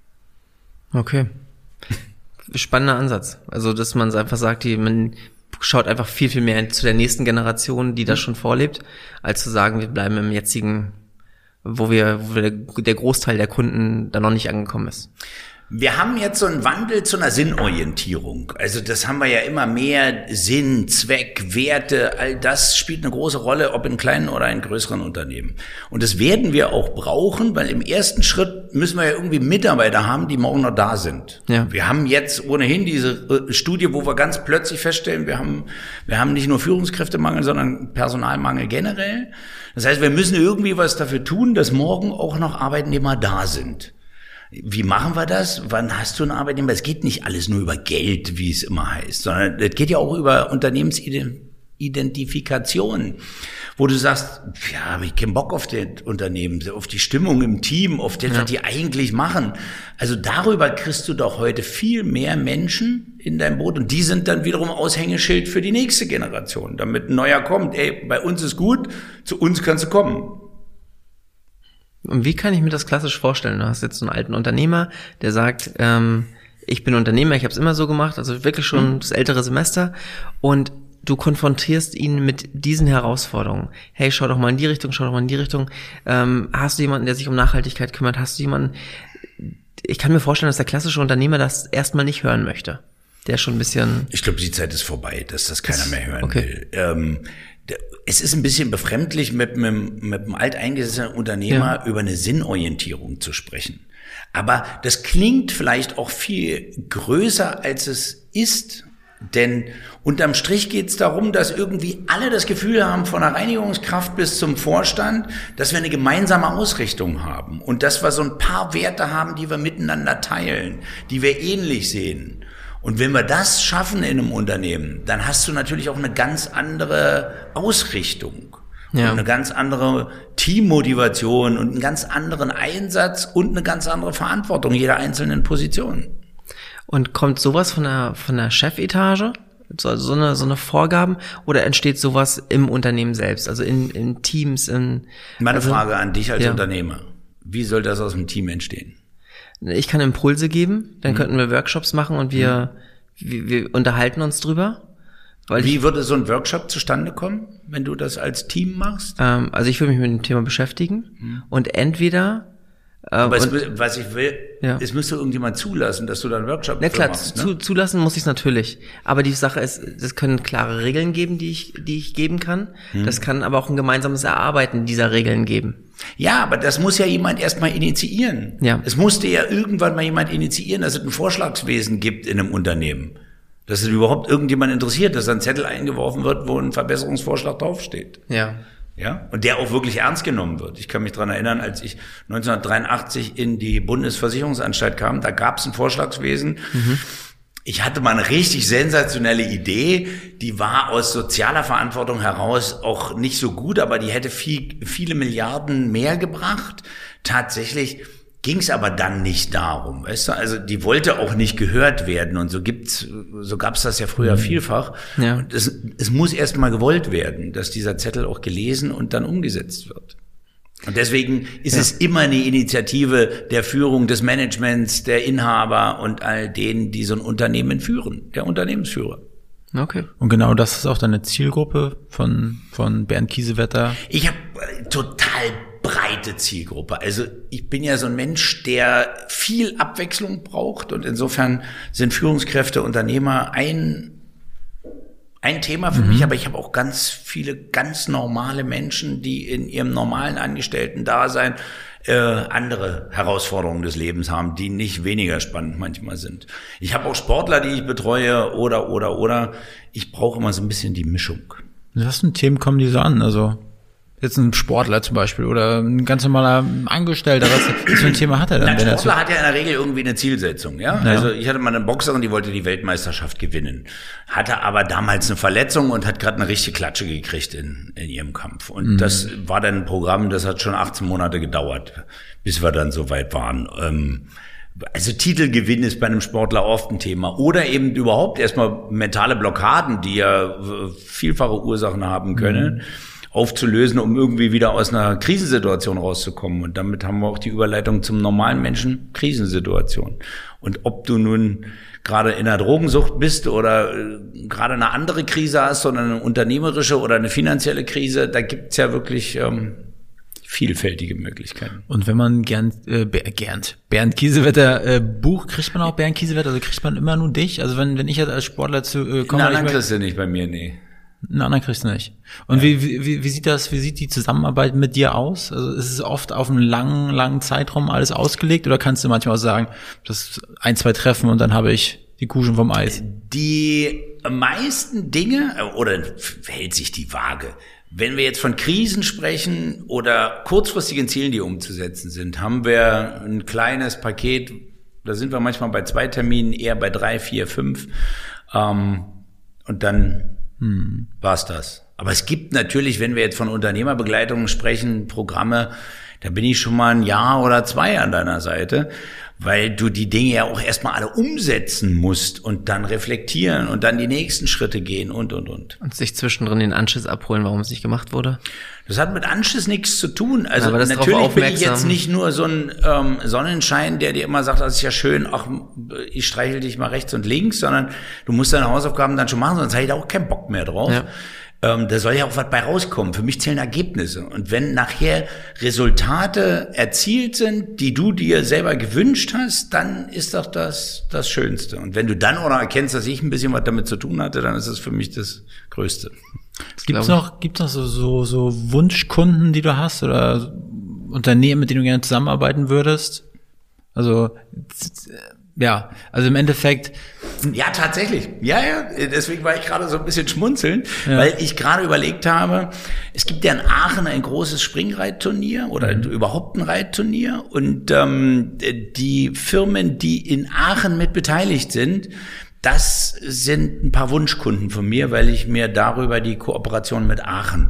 Okay. Spannender Ansatz. Also, dass man es einfach sagt, die, man schaut einfach viel, viel mehr zu der nächsten Generation, die das schon vorlebt, als zu sagen, wir bleiben im jetzigen, wo wir, wo wir der Großteil der Kunden da noch nicht angekommen ist. Wir haben jetzt so einen Wandel zu einer Sinnorientierung. Also das haben wir ja immer mehr. Sinn, Zweck, Werte, all das spielt eine große Rolle, ob in kleinen oder in größeren Unternehmen. Und das werden wir auch brauchen, weil im ersten Schritt müssen wir ja irgendwie Mitarbeiter haben, die morgen noch da sind. Ja. Wir haben jetzt ohnehin diese Studie, wo wir ganz plötzlich feststellen, wir haben, wir haben nicht nur Führungskräftemangel, sondern Personalmangel generell. Das heißt, wir müssen irgendwie was dafür tun, dass morgen auch noch Arbeitnehmer da sind. Wie machen wir das? Wann hast du einen Arbeitnehmer? Es geht nicht alles nur über Geld, wie es immer heißt, sondern es geht ja auch über Unternehmensidentifikation, wo du sagst, ja, habe ich keinen Bock auf das Unternehmen, auf die Stimmung im Team, auf das, ja. was die eigentlich machen. Also darüber kriegst du doch heute viel mehr Menschen in dein Boot und die sind dann wiederum Aushängeschild für die nächste Generation, damit ein neuer kommt. Ey, bei uns ist gut, zu uns kannst du kommen. Und wie kann ich mir das klassisch vorstellen? Du hast jetzt so einen alten Unternehmer, der sagt, ähm, ich bin Unternehmer, ich habe es immer so gemacht, also wirklich schon mhm. das ältere Semester, und du konfrontierst ihn mit diesen Herausforderungen. Hey, schau doch mal in die Richtung, schau doch mal in die Richtung. Ähm, hast du jemanden, der sich um Nachhaltigkeit kümmert? Hast du jemanden? Ich kann mir vorstellen, dass der klassische Unternehmer das erstmal nicht hören möchte. Der schon ein bisschen... Ich glaube, die Zeit ist vorbei, dass das keiner mehr hören okay. will. Ähm, Es ist ein bisschen befremdlich, mit einem, mit einem alteingesessenen Unternehmer ja. über eine Sinnorientierung zu sprechen. Aber das klingt vielleicht auch viel größer, als es ist. Denn unterm Strich geht es darum, dass irgendwie alle das Gefühl haben, von der Reinigungskraft bis zum Vorstand, dass wir eine gemeinsame Ausrichtung haben. Und dass wir so ein paar Werte haben, die wir miteinander teilen, die wir ähnlich sehen. Und wenn wir das schaffen in einem Unternehmen, dann hast du natürlich auch eine ganz andere Ausrichtung. Ja. Und eine ganz andere Teammotivation und einen ganz anderen Einsatz und eine ganz andere Verantwortung jeder einzelnen Position. Und kommt sowas von der, von der Chefetage? So, so eine, so eine Vorgaben? Oder entsteht sowas im Unternehmen selbst? Also in, in Teams, in. Meine also, Frage an dich als ja. Unternehmer. Wie soll das aus dem Team entstehen? Ich kann Impulse geben, dann mhm. könnten wir Workshops machen und wir, mhm. wir, wir unterhalten uns drüber. Weil Wie ich, würde so ein Workshop zustande kommen, wenn du das als Team machst? Ähm, also ich will mich mit dem Thema beschäftigen mhm. und entweder äh, Aber es, und, was ich will, ja. es müsste irgendjemand zulassen, dass du da einen Workshop Na klar, machst. Ne? zu, zulassen muss ich es natürlich. Aber die Sache ist, es können klare Regeln geben, die ich, die ich geben kann. Mhm. Das kann aber auch ein gemeinsames Erarbeiten dieser Regeln geben. Ja, aber das muss ja jemand erstmal initiieren. Ja. Es musste ja irgendwann mal jemand initiieren, dass es ein Vorschlagswesen gibt in einem Unternehmen. Dass es überhaupt irgendjemand interessiert, dass ein Zettel eingeworfen wird, wo ein Verbesserungsvorschlag draufsteht. Ja. Ja, und der auch wirklich ernst genommen wird. Ich kann mich dran erinnern, als ich neunzehnhundertdreiundachtzig in die Bundesversicherungsanstalt kam, da gab es ein Vorschlagswesen. Mhm. Ich hatte mal eine richtig sensationelle Idee, die war aus sozialer Verantwortung heraus auch nicht so gut, aber die hätte viel, viele Milliarden mehr gebracht. Tatsächlich ging es aber dann nicht darum, weißt du, also die wollte auch nicht gehört werden und so gibt's, so gab's das ja früher mhm. vielfach. Ja. Und es, es muss erst mal gewollt werden, dass dieser Zettel auch gelesen und dann umgesetzt wird. Und deswegen ist ja. es immer eine Initiative der Führung, des Managements, der Inhaber und all denen, die so ein Unternehmen führen, der Unternehmensführer. Okay. Und genau das ist auch deine Zielgruppe von von Bernd Kiesewetter? Ich habe total breite Zielgruppe. Also ich bin ja so ein Mensch, der viel Abwechslung braucht und insofern sind Führungskräfte, Unternehmer ein ein Thema für mhm. mich, aber ich habe auch ganz viele ganz normale Menschen, die in ihrem normalen Angestellten-Dasein äh, andere Herausforderungen des Lebens haben, die nicht weniger spannend manchmal sind. Ich habe auch Sportler, die ich betreue oder, oder, oder. Ich brauche immer so ein bisschen die Mischung. Was für Themen kommen die so an? Also jetzt ein Sportler zum Beispiel oder ein ganz normaler Angestellter, was, was für ein Thema hat er dann? Ein Sportler hat ja in der Regel irgendwie eine Zielsetzung, ja? ja. Also ich hatte mal eine Boxerin, die wollte die Weltmeisterschaft gewinnen, hatte aber damals eine Verletzung und hat gerade eine richtige Klatsche gekriegt in, in ihrem Kampf. Und mhm. das war dann ein Programm, das hat schon achtzehn Monate gedauert, bis wir dann so weit waren. Ähm, Also Titelgewinn ist bei einem Sportler oft ein Thema. Oder eben überhaupt erstmal mentale Blockaden, die ja vielfache Ursachen haben können. Mhm. aufzulösen, um irgendwie wieder aus einer Krisensituation rauszukommen. Und damit haben wir auch die Überleitung zum normalen Menschen, Krisensituation. Und ob du nun gerade in einer Drogensucht bist oder äh, gerade eine andere Krise hast, sondern eine unternehmerische oder eine finanzielle Krise, da gibt's ja wirklich ähm, vielfältige Möglichkeiten. Und wenn man gern, äh, gern Bernd Kiesewetter äh, Buch, kriegt man auch Bernd Kiesewetter, also kriegt man immer nur dich? Also wenn wenn ich jetzt als Sportler zu äh, komme, einen anderen kriegst du nicht bei mir, nee. Einen anderen kriegst du nicht. Und ja. wie, wie wie sieht das, wie sieht die Zusammenarbeit mit dir aus? Also ist es oft auf einen langen, langen Zeitraum alles ausgelegt oder kannst du manchmal auch sagen, das ein, zwei Treffen und dann habe ich die Kuchen vom Eis? Die meisten Dinge, oder hält sich die Waage? Wenn wir jetzt von Krisen sprechen oder kurzfristigen Zielen, die umzusetzen sind, haben wir ein kleines Paket, da sind wir manchmal bei zwei Terminen, eher bei drei, vier, fünf, ähm, und dann hm. war's das. Aber es gibt natürlich, wenn wir jetzt von Unternehmerbegleitungen sprechen, Programme, da bin ich schon mal ein Jahr oder zwei an deiner Seite, weil du die Dinge ja auch erstmal alle umsetzen musst und dann reflektieren und dann die nächsten Schritte gehen und, und, und. Und sich zwischendrin den Anschiss abholen, warum es nicht gemacht wurde? Das hat mit Anschiss nichts zu tun. Also aber das natürlich bin ich jetzt nicht nur so ein ähm, Sonnenschein, der dir immer sagt, das ist ja schön, ach, ich streichel dich mal rechts und links, sondern du musst deine Hausaufgaben dann schon machen, sonst habe ich da auch keinen Bock mehr drauf. Ja. Ähm, da soll ja auch was bei rauskommen. Für mich zählen Ergebnisse. Und wenn nachher Resultate erzielt sind, die du dir selber gewünscht hast, dann ist doch das das Schönste. Und wenn du dann auch noch erkennst, dass ich ein bisschen was damit zu tun hatte, dann ist das für mich das Größte. Gibt's noch, gibt's noch so, so, so Wunschkunden, die du hast oder Unternehmen, mit denen du gerne zusammenarbeiten würdest? Also, ja, also im Endeffekt. Ja, tatsächlich. Ja, ja, deswegen war ich gerade so ein bisschen schmunzeln, ja. weil ich gerade überlegt habe, es gibt ja in Aachen ein großes Springreitturnier oder mhm. überhaupt ein Reitturnier und ähm, die Firmen, die in Aachen mit beteiligt sind, das sind ein paar Wunschkunden von mir, weil ich mir darüber die Kooperation mit Aachen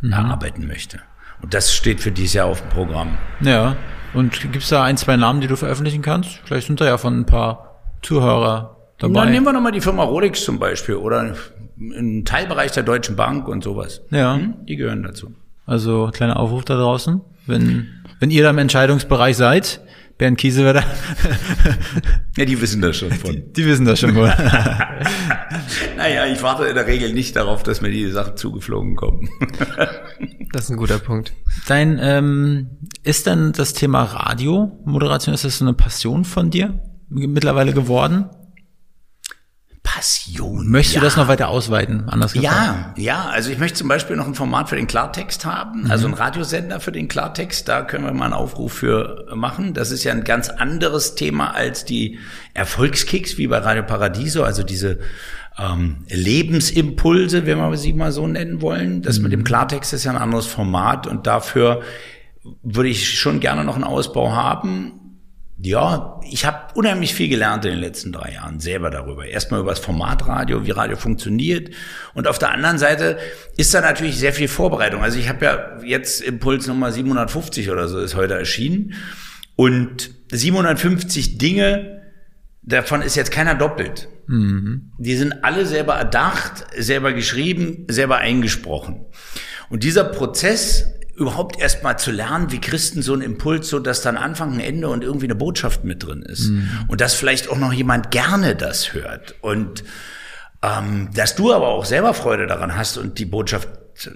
mhm. erarbeiten möchte. Und das steht für dieses Jahr auf dem Programm. Ja, und gibt's da ein, zwei Namen, die du veröffentlichen kannst? Vielleicht sind da ja von ein paar Zuhörer dabei. Dann nehmen wir nochmal die Firma Rolex zum Beispiel oder einen Teilbereich der Deutschen Bank und sowas. Ja. Hm? Die gehören dazu. Also kleiner Aufruf da draußen, wenn wenn ihr da im Entscheidungsbereich seid, Bernd Kiesewetter. Ja, die wissen das schon von. Die, die wissen das schon wohl. Naja, ich warte in der Regel nicht darauf, dass mir die Sachen zugeflogen kommen. Das ist ein guter Punkt. Dein, ähm, ist denn das Thema Radiomoderation, ist das so eine Passion von dir mittlerweile geworden? Passion. Möchtest ja. du das noch weiter ausweiten? Anders gefragt? Ja, ja. Also ich möchte zum Beispiel noch ein Format für den Klartext haben, mhm. also ein Radiosender für den Klartext. Da können wir mal einen Aufruf für machen. Das ist ja ein ganz anderes Thema als die Erfolgskicks wie bei Radio Paradiso, also diese ähm, Lebensimpulse, wenn wir sie mal so nennen wollen. Das mhm. mit dem Klartext ist ja ein anderes Format und dafür würde ich schon gerne noch einen Ausbau haben. Ja, ich habe unheimlich viel gelernt in den letzten drei Jahren selber darüber. Erstmal über das Format Radio, wie Radio funktioniert. Und auf der anderen Seite ist da natürlich sehr viel Vorbereitung. Also ich habe ja jetzt Impuls Nummer siebenhundertfünfzig oder so ist heute erschienen. Und siebenhundertfünfzig Dinge, davon ist jetzt keiner doppelt. Mhm. Die sind alle selber erdacht, selber geschrieben, selber eingesprochen. Und dieser Prozess, überhaupt erst mal zu lernen, wie Christen so einen Impuls, so dass dann Anfang, ein Ende und irgendwie eine Botschaft mit drin ist. Mhm. Und dass vielleicht auch noch jemand gerne das hört. Und ähm, dass du aber auch selber Freude daran hast und die Botschaft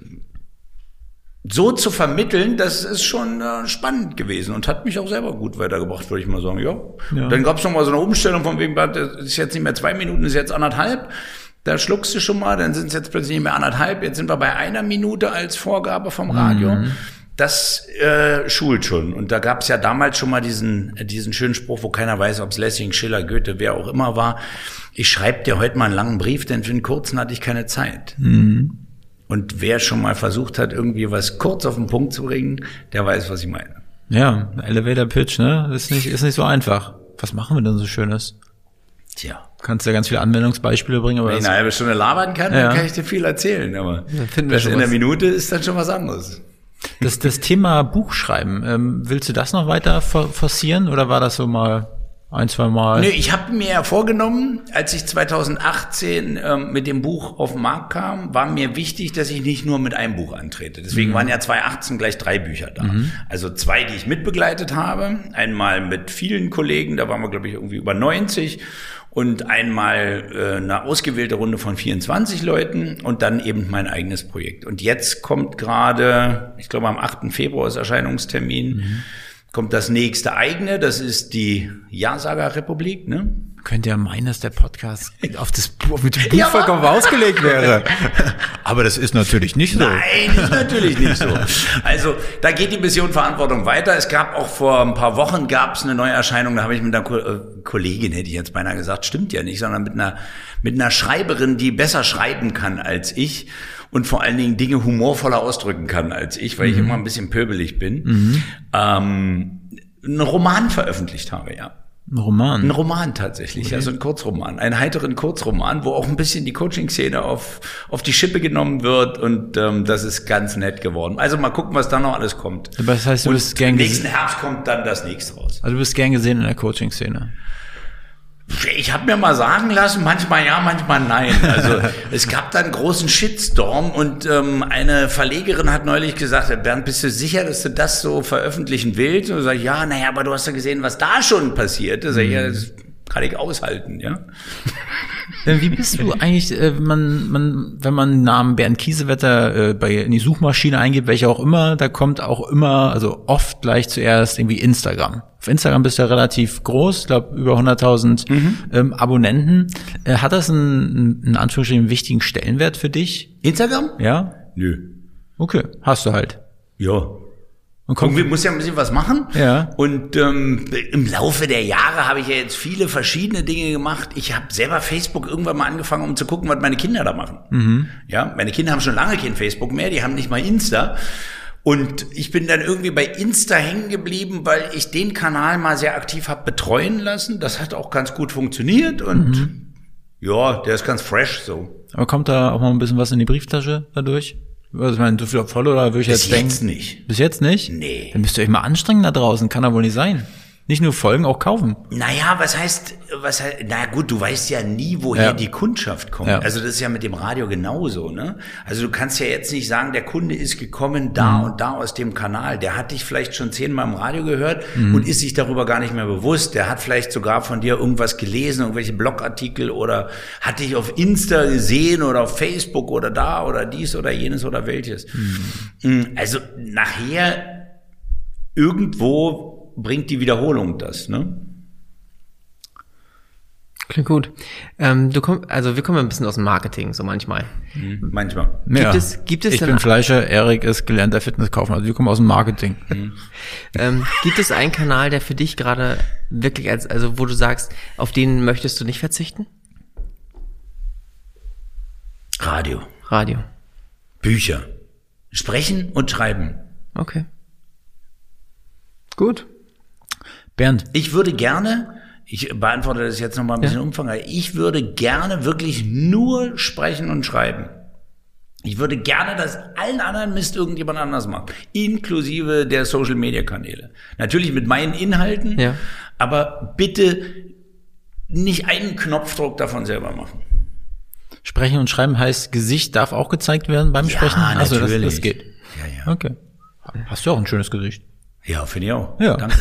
so zu vermitteln, das ist schon äh, spannend gewesen und hat mich auch selber gut weitergebracht, würde ich mal sagen. Ja. ja. Dann gab es noch mal so eine Umstellung von wegen, das ist jetzt nicht mehr zwei Minuten, das ist jetzt anderthalb. Da schluckst du schon mal, dann sind es jetzt plötzlich nicht mehr anderthalb, jetzt sind wir bei einer Minute als Vorgabe vom Radio. Mhm. Das äh, schult schon. Und da gab es ja damals schon mal diesen diesen schönen Spruch, wo keiner weiß, ob es Lessing, Schiller, Goethe, wer auch immer war. Ich schreibe dir heute mal einen langen Brief, denn für einen kurzen hatte ich keine Zeit. Mhm. Und wer schon mal versucht hat, irgendwie was kurz auf den Punkt zu bringen, der weiß, was ich meine. Ja, Elevator Pitch, ne? Ist nicht, ist nicht so einfach. Was machen wir denn so Schönes? Tja. Kannst ja ganz viele Anwendungsbeispiele bringen. Aber wenn ich eine halbe Stunde labern kann, ja. dann kann ich dir viel erzählen. Aber das in der Minute ist dann schon was anderes. Das, das Thema Buchschreiben, ähm, willst du das noch weiter forcieren oder war das so mal ein, zwei Mal? Nö, ich habe mir ja vorgenommen, als ich zweitausendachtzehn ähm, mit dem Buch auf den Markt kam, war mir wichtig, dass ich nicht nur mit einem Buch antrete. Deswegen mhm. waren ja zweitausendachtzehn gleich drei Bücher da. Mhm. Also zwei, die ich mitbegleitet habe. Einmal mit vielen Kollegen, da waren wir, glaube ich, irgendwie über neunzig. Und einmal äh, eine ausgewählte Runde von vierundzwanzig Leuten und dann eben mein eigenes Projekt. Und jetzt kommt gerade, ich glaube am achten Februar ist Erscheinungstermin, mhm. kommt das nächste eigene, das ist die Ja-Sager-Republik, ne? Könnte ja meinen, dass der Podcast auf das Buch, mit dem Buch ja, vollkommen ausgelegt wäre. Aber das ist natürlich nicht so. Nein, ist natürlich nicht so. Also da geht die Mission Verantwortung weiter. Es gab auch vor ein paar Wochen gab es eine Neuerscheinung, da habe ich mit einer Ko- äh, Kollegin, hätte ich jetzt beinahe gesagt, stimmt ja nicht, sondern mit einer mit einer Schreiberin, die besser schreiben kann als ich und vor allen Dingen Dinge humorvoller ausdrücken kann als ich, weil mhm. ich immer ein bisschen pöbelig bin, mhm. ähm, einen Roman veröffentlicht habe, ja. Ein Roman? Ein Roman tatsächlich, okay. Also ein Kurzroman, einen heiteren Kurzroman, wo auch ein bisschen die Coaching-Szene auf auf die Schippe genommen wird und ähm, das ist ganz nett geworden. Also mal gucken, was da noch alles kommt. Das heißt, du bist gern gesehen. Nächsten Herbst kommt dann das nächste raus. Also du bist gern gesehen in der Coaching-Szene? Ich habe mir mal sagen lassen, manchmal ja, manchmal nein. Also es gab da einen großen Shitstorm und ähm, eine Verlegerin hat neulich gesagt, Bernd, bist du sicher, dass du das so veröffentlichen willst? Und ich sage, ja, naja, aber du hast ja gesehen, was da schon passiert. Da sag ich, ja, das kann ich aushalten, ja. Wie bist du eigentlich, äh, man, man, wenn man den Namen Bernd Kiesewetter äh, bei in die Suchmaschine eingibt, welche auch immer, da kommt auch immer, also oft gleich zuerst irgendwie Instagram. Auf Instagram bist du ja relativ groß, ich glaube über hunderttausend mhm. ähm, Abonnenten. Äh, hat das einen, in Anführungsstrichen, einen wichtigen Stellenwert für dich? Instagram? Ja? Nö. Okay, hast du halt. Ja. Und irgendwie muss ja ein bisschen was machen. Ja. Und ähm, im Laufe der Jahre habe ich ja jetzt viele verschiedene Dinge gemacht. Ich habe selber Facebook irgendwann mal angefangen, um zu gucken, was meine Kinder da machen. Mhm. Ja, meine Kinder haben schon lange kein Facebook mehr, die haben nicht mal Insta. Und ich bin dann irgendwie bei Insta hängen geblieben, weil ich den Kanal mal sehr aktiv habe betreuen lassen. Das hat auch ganz gut funktioniert und mhm. ja, der ist ganz fresh so. Aber kommt da auch mal ein bisschen was in die Brieftasche dadurch? Was ich meine, so viel voll oder würde ich Bis jetzt denken? jetzt nicht. Bis jetzt nicht? Nee. Dann müsst ihr euch mal anstrengen da draußen. Kann doch wohl nicht sein. Nicht nur folgen, auch kaufen. Naja, was heißt, was heißt, na gut, du weißt ja nie, woher Ja. die Kundschaft kommt. Ja. Also das ist ja mit dem Radio genauso, ne? Also du kannst ja jetzt nicht sagen, der Kunde ist gekommen da Mhm. und da aus dem Kanal. Der hat dich vielleicht schon zehnmal im Radio gehört Mhm. und ist sich darüber gar nicht mehr bewusst. Der hat vielleicht sogar von dir irgendwas gelesen, irgendwelche Blogartikel oder hat dich auf Insta gesehen oder auf Facebook oder da oder dies oder jenes oder welches. Mhm. Also nachher irgendwo bringt die Wiederholung das, ne? Klingt gut. Ähm, du komm, also wir kommen ein bisschen aus dem Marketing, so manchmal. Mhm. Manchmal. Gibt es, gibt es ich denn, bin Fleischer, Erik ist gelernter Fitnesskaufmann. Also wir kommen aus dem Marketing. ähm, gibt es einen Kanal, der für dich gerade wirklich als, also wo du sagst, auf den möchtest du nicht verzichten? Radio, Radio. Bücher, sprechen und schreiben. Okay. Gut. Bernd, Ich würde gerne, ich beantworte das jetzt nochmal ein bisschen Ja. umfangreich, ich würde gerne wirklich nur sprechen und schreiben. Ich würde gerne, dass allen anderen Mist irgendjemand anders macht, inklusive der Social-Media-Kanäle. Natürlich mit meinen Inhalten, Ja. aber bitte nicht einen Knopfdruck davon selber machen. sprechen und schreiben heißt, Gesicht darf auch gezeigt werden beim Sprechen? Also das, natürlich. das geht. Ja, ja. Okay. Hast du auch ein schönes Gesicht. Ja, finde ich auch. Ja. Danke.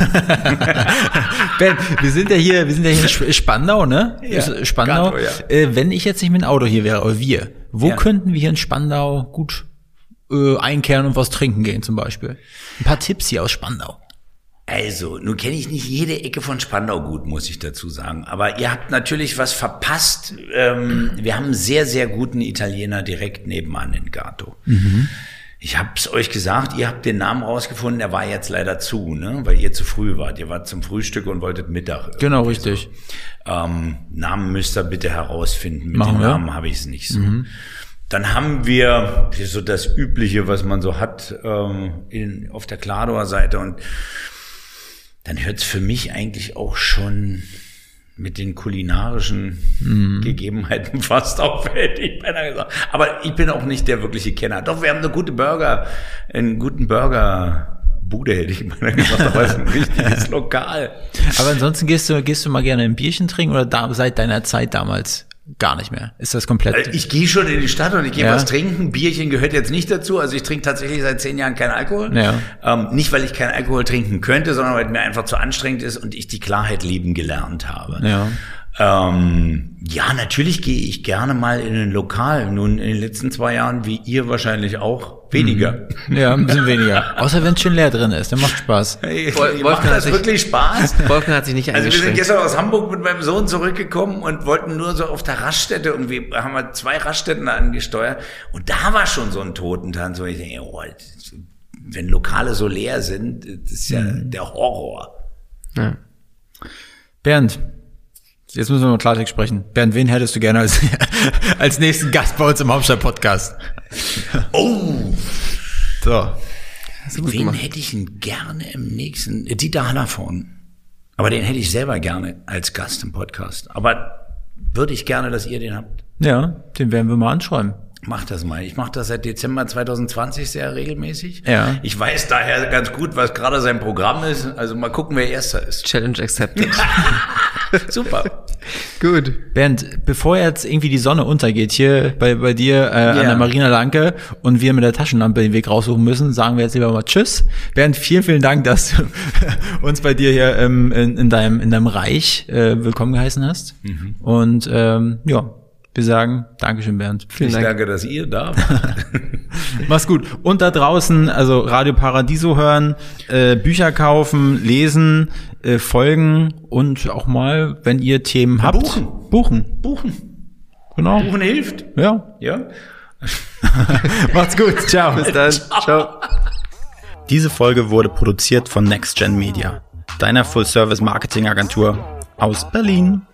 Ben, wir sind ja hier, wir sind ja hier in Sp- Spandau, ne? Ja, Ist Spandau. Gato, ja. Äh, wenn ich jetzt nicht mit dem Auto hier wäre, oder wir, wo Ja. könnten wir hier in Spandau gut äh, einkehren und was trinken gehen zum Beispiel? Ein paar Tipps hier aus Spandau. Also, nun kenne ich nicht jede Ecke von Spandau gut, muss ich dazu sagen. Aber ihr habt natürlich was verpasst. Ähm, wir haben einen sehr, sehr guten Italiener direkt nebenan in Gato. Ich hab's euch gesagt, ihr habt den Namen rausgefunden, der war jetzt leider zu, ne? Weil ihr zu früh wart. Ihr wart zum Frühstück und wolltet Mittag. Genau, richtig. Ähm, Namen müsst ihr bitte herausfinden. Mit Machen dem wir. Namen habe ich es nicht so. Dann haben wir so das Übliche, was man so hat, ähm, in, auf der Kladauer Seite. Und dann hört es für mich eigentlich auch schon mit den kulinarischen Gegebenheiten fast auf, hätte ich beinahe gesagt. Aber ich bin auch nicht der wirkliche Kenner. Doch, wir haben eine gute Burger, einen guten Burgerbude, hätte ich beinahe gesagt, aber es ist ein richtiges Lokal. Aber ansonsten gehst du, gehst du mal gerne ein Bierchen trinken oder da, seit deiner Zeit damals gar nicht mehr? Ist das komplett? Also ich gehe schon in die Stadt und ich gehe Ja. was trinken. Bierchen gehört jetzt nicht dazu. Also ich trinke tatsächlich seit zehn Jahren keinen Alkohol. Ja. Ähm, nicht, weil ich keinen Alkohol trinken könnte, sondern weil es mir einfach zu anstrengend ist und ich die Klarheit lieben gelernt habe. Ja. Ähm, ja, natürlich gehe ich gerne mal in ein Lokal. Nun, in den letzten zwei Jahren, wie ihr wahrscheinlich auch, weniger. Ja, ein bisschen weniger. Außer wenn es schön leer drin ist, dann macht Spaß. Hey, Wolf- macht Wolfgang das hat sich- wirklich Spaß? Wolfgang hat sich nicht Also wir sind eingeschränkt. gestern aus Hamburg mit meinem Sohn zurückgekommen und wollten nur so auf der Raststätte irgendwie, haben wir zwei Raststätten angesteuert und da war schon so ein Totentanz, wo ich denke, oh, das- wenn Lokale so leer sind, das ist ja der Horror. Ja. Bernd, jetzt müssen wir mal Klartext sprechen. Bernd, wen hättest du gerne als, als nächsten Gast bei uns im Hauptstadt-Podcast? Oh, So. Hast du gut wen gemacht. hätte ich denn gerne im nächsten? Dieter Hallervorden. Aber den hätte ich selber gerne als Gast im Podcast. Aber würde ich gerne, dass ihr den habt. Ja, den werden wir mal anschreiben. Mach das mal. Ich mache das seit Dezember zwanzig zwanzig sehr regelmäßig. Ja. Ich weiß daher ganz gut, was gerade sein Programm ist. Also mal gucken, wer Erster ist. Challenge accepted. Super. Gut. Bernd, bevor jetzt irgendwie die Sonne untergeht hier bei, bei dir äh, an Ja. der Marina Lanke und wir mit der Taschenlampe den Weg raussuchen müssen, sagen wir jetzt lieber mal Tschüss. Bernd, vielen, vielen Dank, dass du uns bei dir hier ähm, in, in, deinem, in deinem Reich äh, willkommen geheißen hast. Und ähm, ja, wir sagen Dankeschön, Bernd. Vielen Ich Dank. danke, dass ihr da wart. Mach's gut. Und da draußen, also Radio Paradiso hören, äh, Bücher kaufen, lesen, äh, folgen und auch mal, wenn ihr Themen habt, buchen. Buchen. Buchen. Genau. Buchen hilft. Ja. Ja. Macht's gut. Ciao. Bis dann. Ciao. Diese Folge wurde produziert von NextGen Media, deiner Full-Service-Marketing-Agentur aus Berlin.